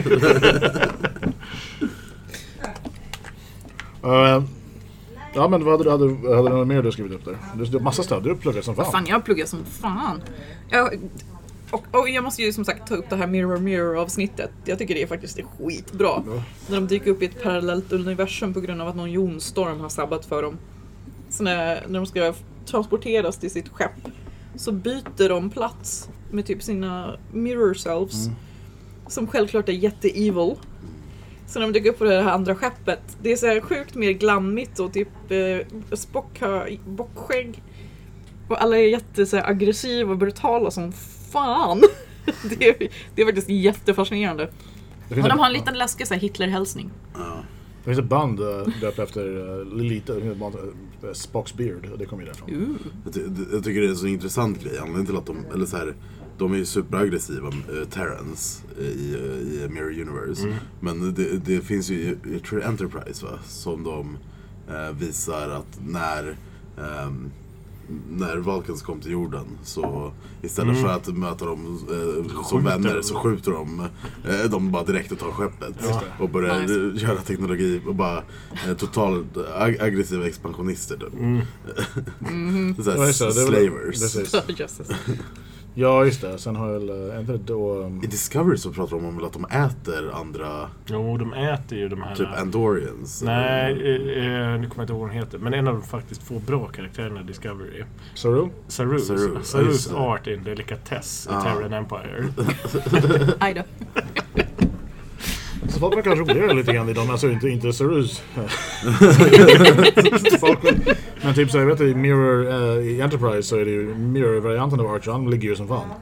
uh, ja, men vad hade du hade, hade du något mer du skrivit upp där? Du har massa stöd, du pluggar som fan. Fan, jag pluggar som fan. Jag, och, och jag måste ju som sagt ta upp det här Mirror Mirror avsnittet. Jag tycker det är faktiskt skitbra. Ja. När de dyker upp i ett parallellt universum på grund av att någon jonstorm har sabbat för dem. Så när, när de ska transporteras till sitt skepp så byter de plats med typ sina mirror selves. Mm. Som självklart är jätte-evil. Så när de dyker upp på det här andra skeppet, det är så här sjukt mer glammigt och typ eh, Spock har bockskägg. Och alla är jätte så här, aggressiva och brutala som fan. det, är, det är faktiskt jättefascinerande. Och de har en liten läskig så här Hitler-hälsning. Ja. Det finns ett band uh, döpt efter uh, lite uh, Spocks beard, och det kommer ju därifrån. Uh. Jag, ty- jag tycker det är en så intressant grej, anledningen till att de, eller så här, de är ju superaggressiva, uh, Terrans uh, i, uh, i Mirror Universe. Mm. Men det, det finns ju, jag tror Enterprise va, som de uh, visar att när um, när Vulcans kom till jorden, så istället Mm. för att möta dem eh, som vänner så skjuter de eh, de bara direkt och tar skeppet Ja. och börjar Nice. göra teknologi och bara eh, totalt ag- aggressiva expansionister typ. Mm. Så här, Ja, just det, det är väl- slavers. Precis. Jösses. Ja, just det. Sen har jag väl, äh, inte det då... Um, I Discovery så pratar de om att de äter andra, Jo, de äter ju de här... typ Andorians. Nej, eh, eh, nu kommer jag inte ihåg vad hon heter. Men en av de faktiskt två bra karaktärerna i Discovery. Saru? Saru. Saru. Ja, Sarus just det. art är en delikatess i Ja. Terran Empire. Aj då. Så folk verkar roligare lite grann i dem, alltså inte, inte Sarus. Folk, men typ så jag vet i Mirror, uh, i Enterprise så är det ju Mirror-varianten av Archer, han ligger ju som fan.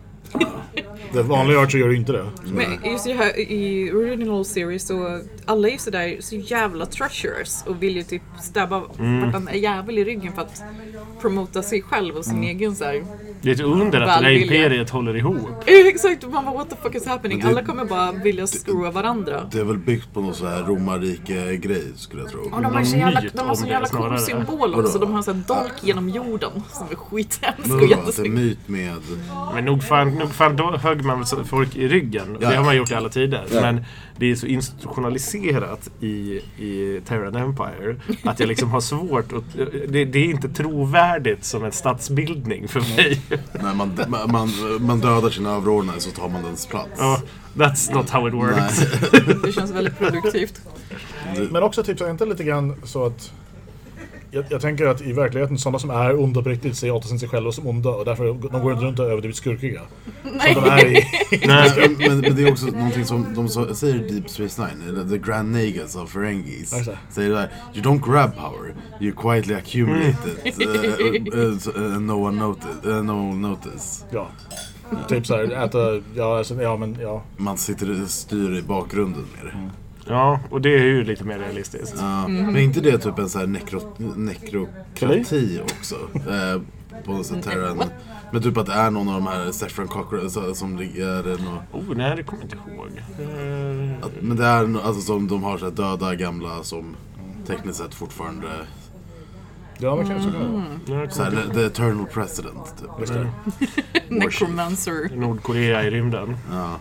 Det vanliga Archer gör ju inte det. Men just det här i original series så alla är ju sådär så jävla treacherous och vill ju typ stabba vartannat jävel i ryggen för att promota sig själv och sin egen så här. Det är ett under att det där Välvilja. imperiet håller ihop. Eh, Exakt, man bara what the fuck is happening? Men det- Alla kommer bara vilja screwa varandra. Det är väl byggt på någon så här romarrike-grej skulle jag tro. Och de har så jävla, myt de har om så det jävla snarare. cool symbol också. De har så här dolk genom jorden som är skithemsk Men och vadå, att det är jättesnygg. myt med... Men nog fan, nog fan då högg man väl så- folk i ryggen. Ja. Det har man gjort i alla tider. Ja. Men det är så institutionaliserat i, i Terran Empire att jag liksom har svårt att... Det, det är inte trovärdigt som en statsbildning för mig. När man, man, man dödar sina överordnade så tar man dens plats. Ja, that's not how it works. Nej. Det känns väldigt produktivt. Men också typ så inte lite grann så att jag, jag tänker att i verkligheten sådana som är onda på riktigt ser oftast inte sig själva som onda och därför de går inte runt och överdrivet skurkiga. Nej. Som de är i. Nej. men, men det är också någonting som de så, säger i Deep Space Nine, eller The Grand Nagas of Ferengis. Exakt. Säger det där, you don't grab power, you quietly accumulate it uh, uh, uh, and no one notice, uh, no one notice. Ja. Typ så här, äta, ja, alltså, ja men ja. Man sitter och styr i bakgrunden med det. Ja, och det är ju lite mer realistiskt. Ja, men inte det typ en så här nekro, nekrokrati också? Eh, på något sätt Terran. Men typ att det är någon av de här Saffron Cockroach som ligger något, Oh, nej, det kommer jag inte ihåg. Eh, att, men det är no- alltså som de har så här döda gamla som tekniskt sett fortfarande Ja, men kanske kan det. jag så här, kommer the, the eternal president typ. Just det. Necromancer. inte- Nordkorea i rymden. Ja.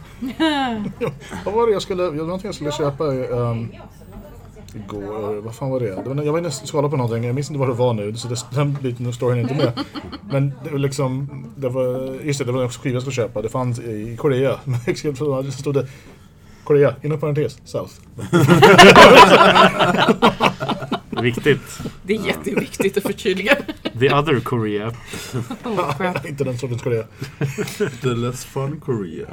Vad var det jag skulle, jag någonting jag skulle köpa um, igår, vad fan var det? det var, jag var inne och skala på någonting, jag minns inte vad det var nu, så det, den biten av storyn är inte med. Men det var liksom, det var, just det, det var en skiva jag skulle köpa, det fanns i Korea, men det stod det Korea, inom parentes, South. Viktigt. Det är jätteviktigt att förtydliga. The other Korea. Oh, crap. Inte den sortens Korea. The less fun Korea.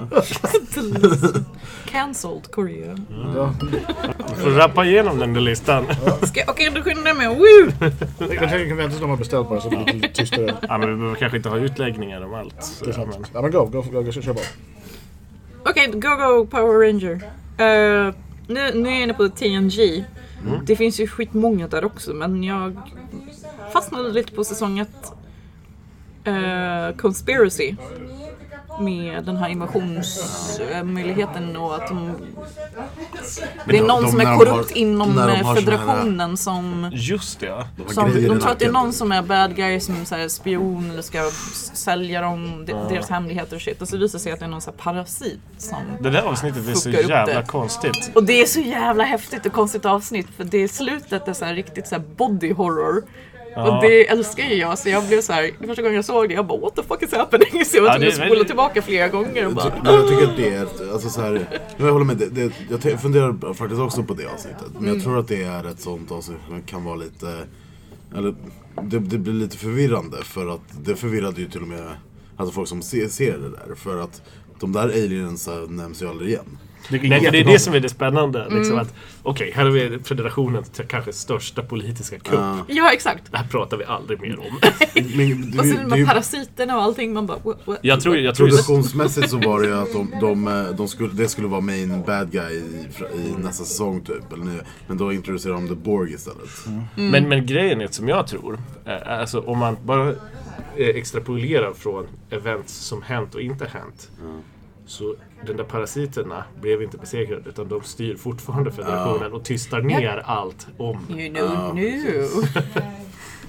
Cancelled Korea. Ja. Vi får rappa igenom den där listan. Ska, okej, du skyndar mig. Woo! Jag tänker kan vänta tills de har beställt bara så det blir lite tystare. Ja, men vi behöver kanske inte ha utläggningar om allt. Det är sant. Men, Ja men go, go, go, go kör bara. Okej, Go Go Power Ranger. Uh, nu, nu är jag inne på T N G. Mm. Det finns ju skitmånga där också, men jag fastnade lite på säsong ett. Uh, Conspiracy. Med den här invasionsmöjligheten och att de... Det är de- någon de- som är när de korrupt har- inom när de eh, har såna här- federationen som... just det, ja. De har Som, grejer i de tror att det är nacken, någon typ. som är bad guy som så här spion eller ska s- sälja dem de, deras hemligheter och shit. Och så visar det sig att det är någon så här parasit som... Det där avsnittet är så Fuckar upp jävla det. konstigt. Och det är så jävla häftigt och konstigt avsnitt för det slutet är så här riktigt så här body horror. Ja. Och det älskar ju jag, så jag blev så här, första gången jag såg det, jag bara what the fuck is happening? Så jag var Ja, tvungen det att är spola väldigt- tillbaka flera gånger och bara... Men jag tycker att det är, ett- alltså så här, jag håller med, det, det, jag te- funderar faktiskt också på det avsnittet. Men jag tror att det är ett sånt avsnitt som kan vara lite, eller det, det blir lite förvirrande för att det förvirrade ju till och med alltså folk som ser, ser det där. För att de där aliens nämns ju aldrig igen. Nej, för det är det som är det spännande. Liksom att, okej, här har vi federationens kanske största politiska kupp. Ja. Ja, exakt. Det här pratar vi aldrig mer om. Men det, Och sen det, de är ju- här parasiterna och allting, man bara... What, what? Jag tror, jag tror Produktionsmässigt så var det ju att de, de, de skulle, det skulle vara main bad guy i, i nästa säsong typ. Eller nu, men då introducerar de The Borg istället. Men, men grejen är som jag tror, eh, alltså om man bara eh, extrapolerar från events som hänt och inte hänt, så den där parasiterna blev inte besegrade utan de styr fortfarande federationen och tystar ner allt om. You know, Ja, no.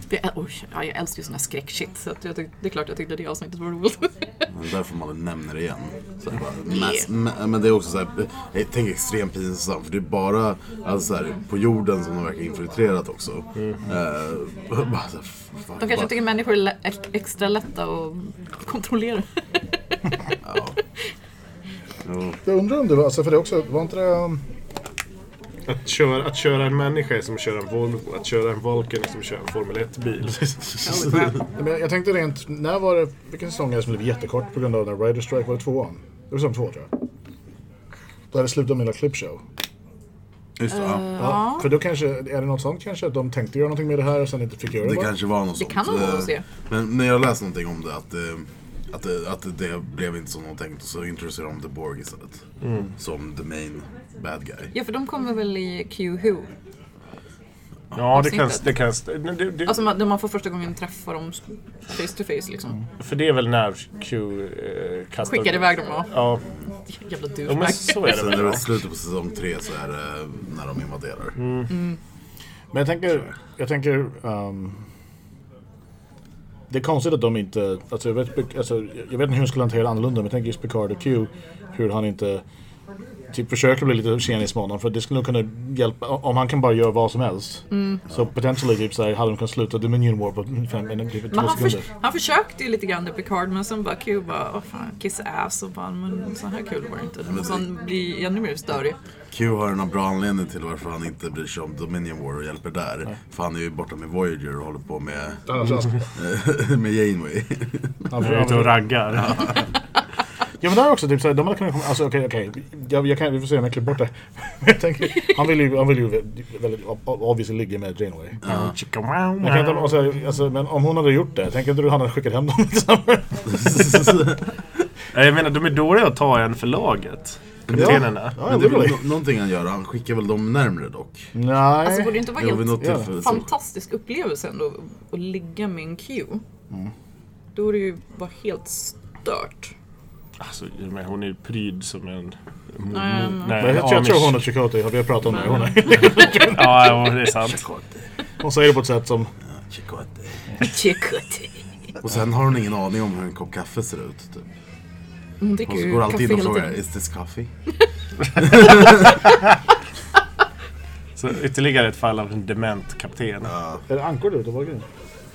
Det är, oj, jag älskar ju såna här skräckshit, så att jag tyck, det är klart jag tyckte det avsnittet var roligt. Men därför man nämner det igen. Så bara, mass, ma- men det är också så här, jag tänker extremt pinsamt, för det är bara alltså så här, på jorden som de verkar infiltrerat också. Mm. Uh, bara, så här, fuck, de kanske bara, tycker människor är lä- extra lätta att kontrollera. ja. Jo. Jag undrar om det var, alltså för det också, var inte det... Um... Att köra, att köra en människa är som att köra en Volvo. Att köra en Vulcan är som att köra en Formel ett-bil. Men jag, jag tänkte rent, när var det, vilken säsong är det som blev jättekort på grund av den Rider Strike? Var det tvåan? Det var som två, tror jag. Då hade det slutat med en clipshow. Just det, ja. Ja, för då kanske, är det något sånt kanske att de tänkte göra någonting med det här och sen inte fick göra det? Det bara? kanske var något Det sånt. kan man nog se. Men när jag läste någonting om det, att, eh, att, det, att det blev inte som de tänkt, så introducerade de The Borg istället. Mm. Som the main bad guy. Ja, för de kommer väl i Q-Who. Ja, det kan... Det kan det, det, Alltså man, man får första gången träffa dem face to face liksom. Mm. För det är väl när Q eh, kastar... Skickar iväg dem, ja. Ja. Jävla Ja, douchebag. men så är det Sen väl. när det är Ja. slutet på säsong tre så är det när de invaderar. Mm. Mm. Men jag tänker, jag tänker um, det är konstigt att de inte, alltså jag vet, alltså jag vet inte hur de skulle hantera det annorlunda, men jag tänker just Picard och Q, hur han inte typ försöker bli lite tjenis med honom, för det skulle nog kunna hjälpa om han kan bara göra vad som helst. Mm. Så potentially typ så här, hade de kunnat sluta Dominion War på fem, en, typ, två han, sekunder. för, han försökte ju lite grann i Picard, men sen bara Q bara, åh fan, kiss ass och bara, men så här kul var det inte. Och sen blir ännu mer störig. Q har en bra anledning till varför han inte bryr sig om Dominion War och hjälper där. Ja. För han är ju borta med Voyager och håller på med med Janeway. Han är ute och raggar. Ja. Ja, men där är också typ såhär, de hade kunnat komma, alltså okej, okay, okej, okay. jag, jag kan, vi får se om jag klipper bort det. Jag tänker, han vill ju, han vill ju väldigt obviously ligga med Janeway. Ja. Jag kan inte, alltså, alltså, men om hon hade gjort det, tänker inte du han hade skickat hem dem liksom? Jag menar, de är dåliga att ta en för laget. Kaptenerna. Ja, men det är väl no- någonting han gör, han skickar väl dem närmare dock. Nej. Alltså borde det inte vara Jo, helt ja. fantastisk upplevelse ändå att ligga med en Q. Mm. Då är det ju bara helt stört. Alltså, men hon är ju pryd som en... Nej, nej. nej jag, jag tror hon är Chakotay, har vi pratat om det? Hon är. Ja, det är sant. Hon säger det på ett sätt som... Chakotay. Chakotay. Och sen har hon ingen aning om hur en kopp kaffe ser ut, typ. Hon dricker ju går alltid in och frågar, is this coffee? Så ytterligare ett fall av en dement kapten. Ja. Är det ankor du? Det var grejen.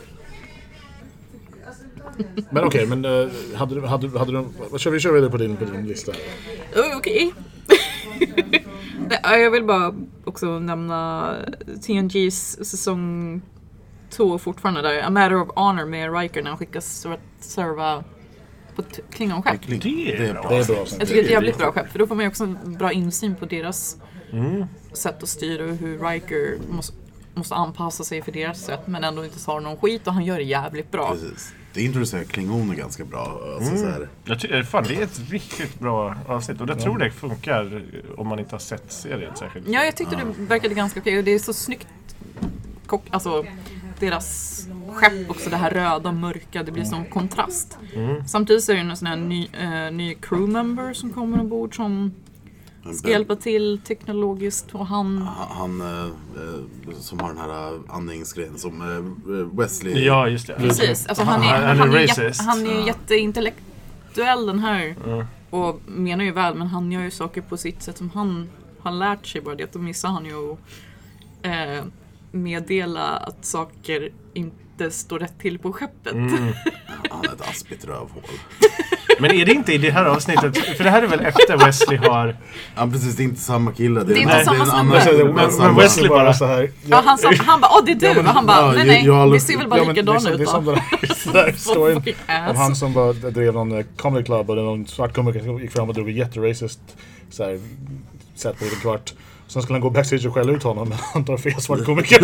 Men okej, okay, men uh, hade du, hade, hade du, vad kör vi kör vidare på din, på din lista? Okej. Okay. Jag vill bara också nämna T N G's säsong två fortfarande där. A Matter of Honor med Riker när han skickas för att serva på ett Klingon-skepp. Det är bra. Det är bra. Jag tycker det är ett jävligt bra skepp, för då får man ju också en bra insyn på deras mm. sätt att styra och hur Riker måste, måste anpassa sig för deras sätt men ändå inte tar någon skit och han gör det jävligt bra. Precis. Det introducerar Klingoner ganska bra. Alltså, mm. så här. Jag tycker, fan, det är ett riktigt bra avsnitt och jag tror det funkar om man inte har sett serien särskilt. Ja, jag tyckte det verkade ganska okej och det är så snyggt kock, alltså deras skepp också, det här röda och mörka, det blir som kontrast. Mm. Samtidigt så är det en sån här ny, uh, ny crewmember som kommer ombord som ska hjälpa till teknologiskt och han... Han eh, som har den här andningsgrejen som eh, Wesley... Ja, just det. Precis, alltså han är, han, han, han är, är, racist. jät, han är jätteintellektuell den här mm. och menar ju väl, men han gör ju saker på sitt sätt som han har lärt sig, bara det att då missar han ju att eh, meddela att saker inte står rätt till på skeppet. Mm. Han är ett aspigt rövhål. Men är det inte i det här avsnittet? För det här är väl efter Wesley har... Ja, precis. Det är inte samma kille. Det är inte nej, samma snubbe. snubbe. Men, men Wesley bara så här... Ja, ja han, sa, han bara, åh det är du. Ja, men, och han bara, ja, nej nej, jag, jag, det ser väl bara ja, likadan ut. Det är som den där storyn om han som bara drev någon comedy club och någon svart komiker gick fram och drog ett jätteracist så här, sätt på en kvart. Sen skulle han gå backstage och skälla ut honom, men han tar fel svart komiker.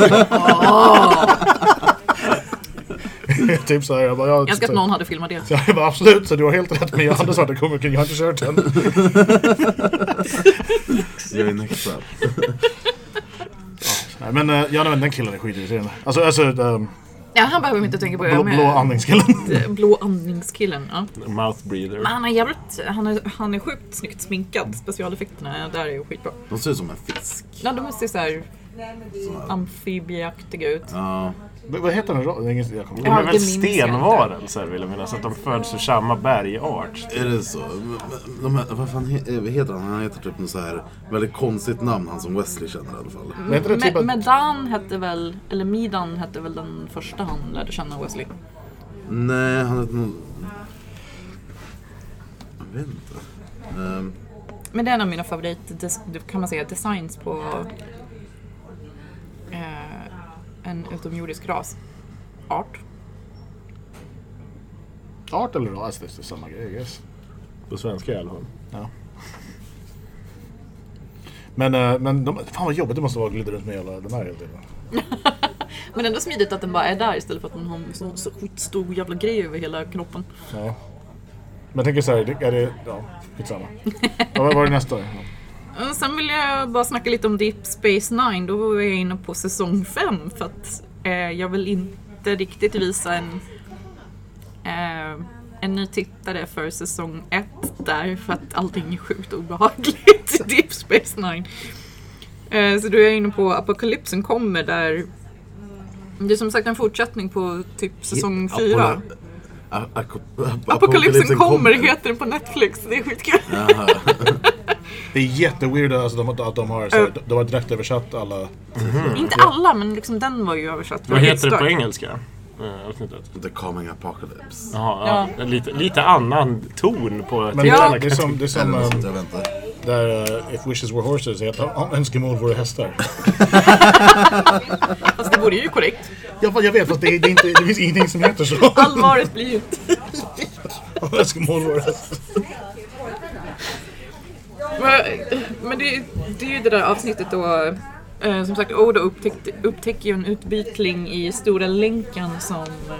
Typ så här, jag bara, jag, jag ska att någon hade filmat det. Jag bara, absolut, så du har helt rätt med andra svarta komiker, jag har inte kört den. Jag är next up. Ja, men uh, ja, men den killen är skitirriterande. Alltså, alltså um, ja, han behöver inte tänka på det. Blå, blå andningskillen. Blå andningskillen, ja. Mouth breather. Men han är jävligt, han är, han är sjukt snyggt sminkad. Specialeffekterna där är ju skitbra. De ser ut som en fisk. Ja, de ser så här amfibieaktiga ut. Ja. V- vad heter den? Det är ingen, jag kommer De Ja, är väl det minns jag inte. stenvarelser vill jag minnas. Att de föds ur samma bergart. Är det så? De här, vad fan he- heter han? Han heter typ något så här väldigt konstigt namn, han som Wesley känner i alla fall. Men heter det typ Me- att- Medan hette väl, eller Midan hette väl den första han lärde känna Wesley. Nej, han heter någon... Jag vet inte. Um, Men det är en av mina favorit, des- kan man säga, designs på eh, en utomjordisk ras. Art. Art eller ras, det är samma grej, yes. På svenska i alla fall. Ja. Men, eh, men de, fan vad jobbigt det måste vara att glida runt med hela den här hela tiden. Men ändå smidigt att den bara är där istället för att den har en så, så skitstor jävla grej över hela kroppen. Ja. Men jag tänker så här, det- är det... Ja, skitsamma. Ja, vad var det nästa? Ja. Och sen vill jag bara snacka lite om Deep Space Nine. Då var jag inne på säsong fem för att eh, jag vill inte riktigt visa en eh, en ny tittare för säsong ett där för att allting är sjukt obehagligt i Deep Space Nine. Eh, så då är jag inne på Apokalypsen kommer där. Det är som sagt en fortsättning på typ säsong fyra. A- a- a- Apokalypsen kommer heter den på Netflix. Det är skitkul. Jaha. Det är jätteweird alltså, de, att de har, så här, de har direkt översatt alla. Inte alla, men liksom den var ju översatt. Vad väldigt heter det på starkt. engelska? Eh, avsnittet. The Coming Apocalypse. Jaha, ja. Lite, lite annan ton på Men titlarna. det är som, det är som Eller något um, sånt, jag vet inte. där uh, If Wishes Were Horses heter om önskemål vore hästar. Fast det vore ju korrekt. Ja, jag vet, fast det, är, det, är inte, det finns ingenting som heter så. Allvaret blir ju inte... Om önskemål vore hästar. Men, men det, det är ju det där avsnittet då. Eh, som sagt, Odo upptäckte, upptäcker ju en utbytling i Stora länken som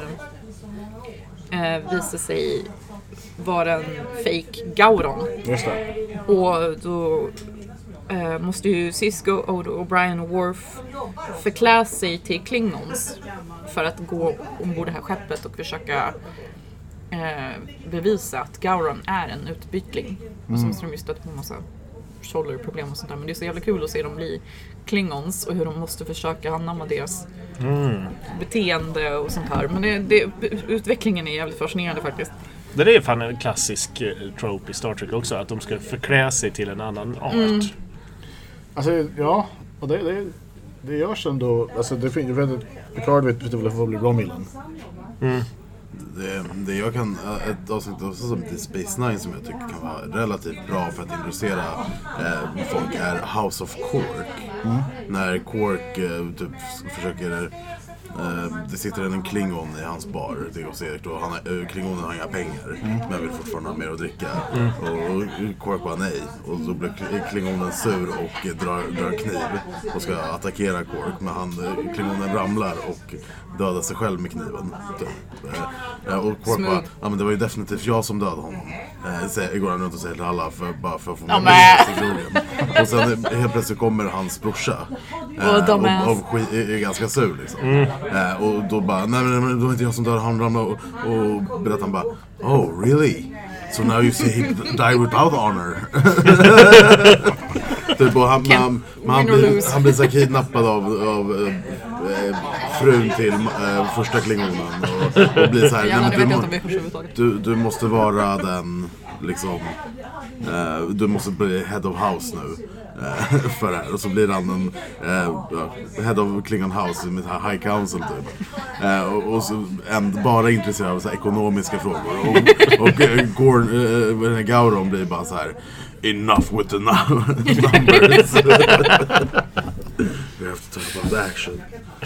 eh, eh, visar sig vara en fake Gauron. Just det. Och då eh, måste ju Sisko, Odo, O'Brien och Worf förklä sig till Klingons för att gå ombord det här skeppet och försöka eh, bevisa att Gauron är en utbytling. Och så måste de ju stöta på en massa shoulder-problem och sånt där. Men det är så jävla kul att se dem bli Klingons och hur de måste försöka anamma deras Mm. beteende och sånt här. Men det, det, utvecklingen är jävligt fascinerande faktiskt. Det är fan en klassisk eh, trope i Star Trek också. Att de ska förklä sig till en annan art. Mm. Alltså, ja. Och det, det, det görs ändå. Alltså, det finns, jag vet inte, Picard vet inte vad blir Romulan. Mm. Det, det jag kan, ett avsnitt också som The Space Nine som jag tycker kan vara relativt bra för att introducera eh, folk är House of Quark. Mm. När Quark eh, typ försöker, eh, det sitter en klingon i hans bar, det går säkert, och han har, eh, klingonen har inga pengar mm. men vill fortfarande ha mer att dricka. Mm. Och, och Quark bara nej, och då blir klingonen sur och drar, drar kniv och ska attackera Quark, men han, klingonen ramlar och dödar sig själv med kniven typ. Eh, och Quark bara, ja men det var ju definitivt jag som dödade honom. Eh, säger, går han runt och säger till alla för, bara för att få med mig. Och sen helt plötsligt kommer hans brorsa eh, och, och skit, är, är ganska sur liksom. Mm. Eh, och då bara, nej men det var inte jag som dödade, han ramlade och, och berättar han bara, oh really? So now you say he died without honor. Typ, och han, han, han, blir, han blir så kidnappad av, av äh, frun till äh, första klingonen och, och blir så här, nej, men du, du, du måste vara den liksom, äh, du måste bli head of house nu äh, för det här. Och så blir han en äh, head of Klingon House med high council typ. Äh, och, och så en, bara intresserad av så här, ekonomiska frågor och, och äh, Gorn, äh, Gauron blir bara så här, enough with the numbers. We have to talk about action.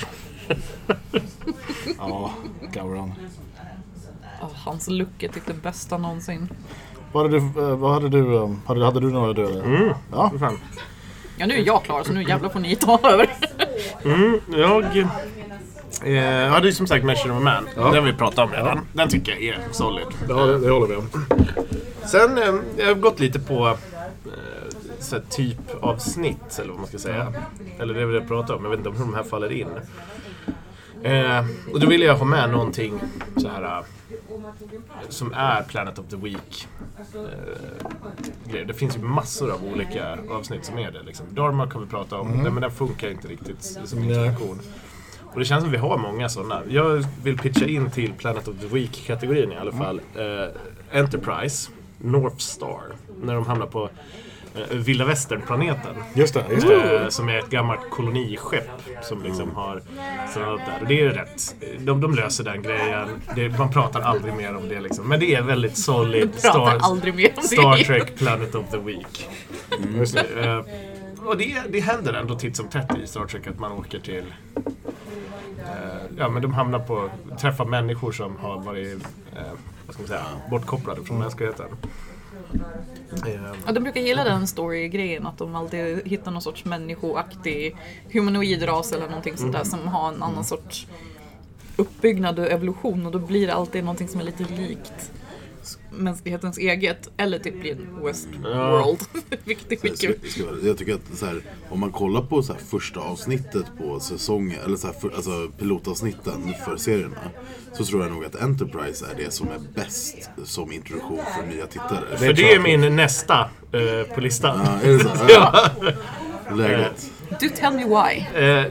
Ja, Gauron. Oh, hans look är typ det bästa någonsin. Vad hade du, vad hade du, hade, hade du några döda? Mm. Ja. Ja, nu är jag klar så nu jävlar får ni ta över. mm, jag eh, hade ju som sagt Measure of a Man. Ja. Den har vi pratat om redan. Ja. Den tycker jag är solid. Ja, det, det håller vi om. Sen eh, jag har gått lite på eh, så här, typ av snitt eller vad man ska säga. Eller det är väl det jag pratar om. Jag vet inte om hur de här faller in. Eh, och då vill jag ha med någonting så här uh, som är Planet of the Week uh, det finns ju massor av olika avsnitt som är det liksom. Dharma kan vi prata om, mm. men den funkar inte riktigt som introduktion. Och det känns som vi har många sådana. Jag vill pitcha in till Planet of the Week-kategorin i alla fall. Uh, Enterprise, North Star, när de hamnar på uh, Vilda Västern-planeten. Just det, just det. Uh, som är ett gammalt koloniskepp som liksom mm. har sådant där. Och det är ju rätt. De, de löser den grejen. Det, man pratar aldrig mer om det liksom. Men det är väldigt solid Star, aldrig mer om Star det. Trek Planet of the Week. Mm. Just det. Uh, och det, det händer ändå titt som tätt i Star Trek att man åker till ja, men de hamnar på träffa människor som har varit eh, vad ska man säga, bortkopplade från mänskligheten. Ja, de brukar gilla den story-grejen att de alltid hittar någon sorts människoaktig humanoid ras eller någonting sånt där som har en annan sorts uppbyggnad och evolution, och då blir det alltid någonting som är lite likt mänsklighetens eget, eller typ blir en Westworld. Ja. Vilket är skitkul. Jag tycker att så här, om man kollar på så här första avsnittet på säsongen, eller så här, för, alltså pilotavsnitten för serierna, så tror jag nog att Enterprise är det som är bäst som introduktion för nya tittare. För det är min nästa uh, på listan. Ja, är det så? Ja. Läget. Do tell me why. Uh,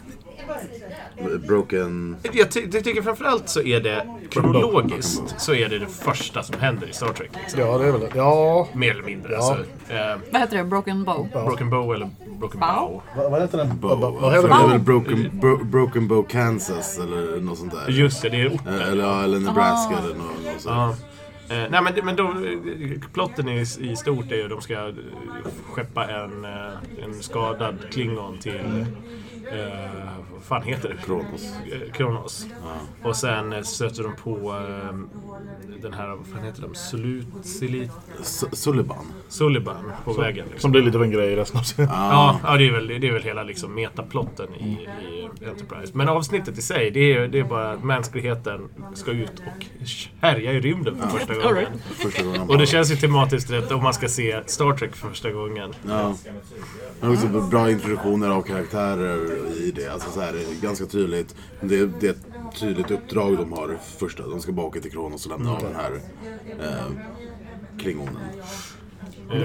Broken... Jag, ty- jag tycker framförallt så är det kronologiskt så är det det första som händer i Star Trek liksom. Ja, det är väl det. Ja. Mer eller mindre. Ja. Alltså, eh, Vad heter det? Broken Bow? Broken Bow eller Broken Bow? Bow. Vad, vad heter den? Bow. Vad heter Det är den? väl Broken, bro, Broken Bow, Kansas eller något sånt där. Just det, det är orten. Eh, Eller, ja, eller Nebraska eller något, något sånt. Ja. Eh, nej men, men då, plotten i, i stort är ju att de ska eh, skeppa en, eh, en skadad Klingon till eh, vad fan heter det? Kronos. Eh, Kronos. Ja. Och sen eh, stöter de på eh, den här, vad fan heter de? Sulut, Silit, S- Sullivan. Sullivan på Så, vägen. Liksom. Som blir lite av en grej i resten av serien. Ja, ja det, är väl, det är väl hela liksom metaplotten i, i Enterprise. Men avsnittet i sig, det är, det är bara att mänskligheten ska ut och härja i rymden för första gången. Right. Första gången. Och det känns ju tematiskt rätt om man ska se Star Trek för första gången. Ja. Det är också bra introduktioner av karaktärer i det. Alltså så här, det är ganska tydligt. Det, det är ett tydligt uppdrag de har första. De ska bara åka till Kronos och lämna av den här eh, klingonen. Eh,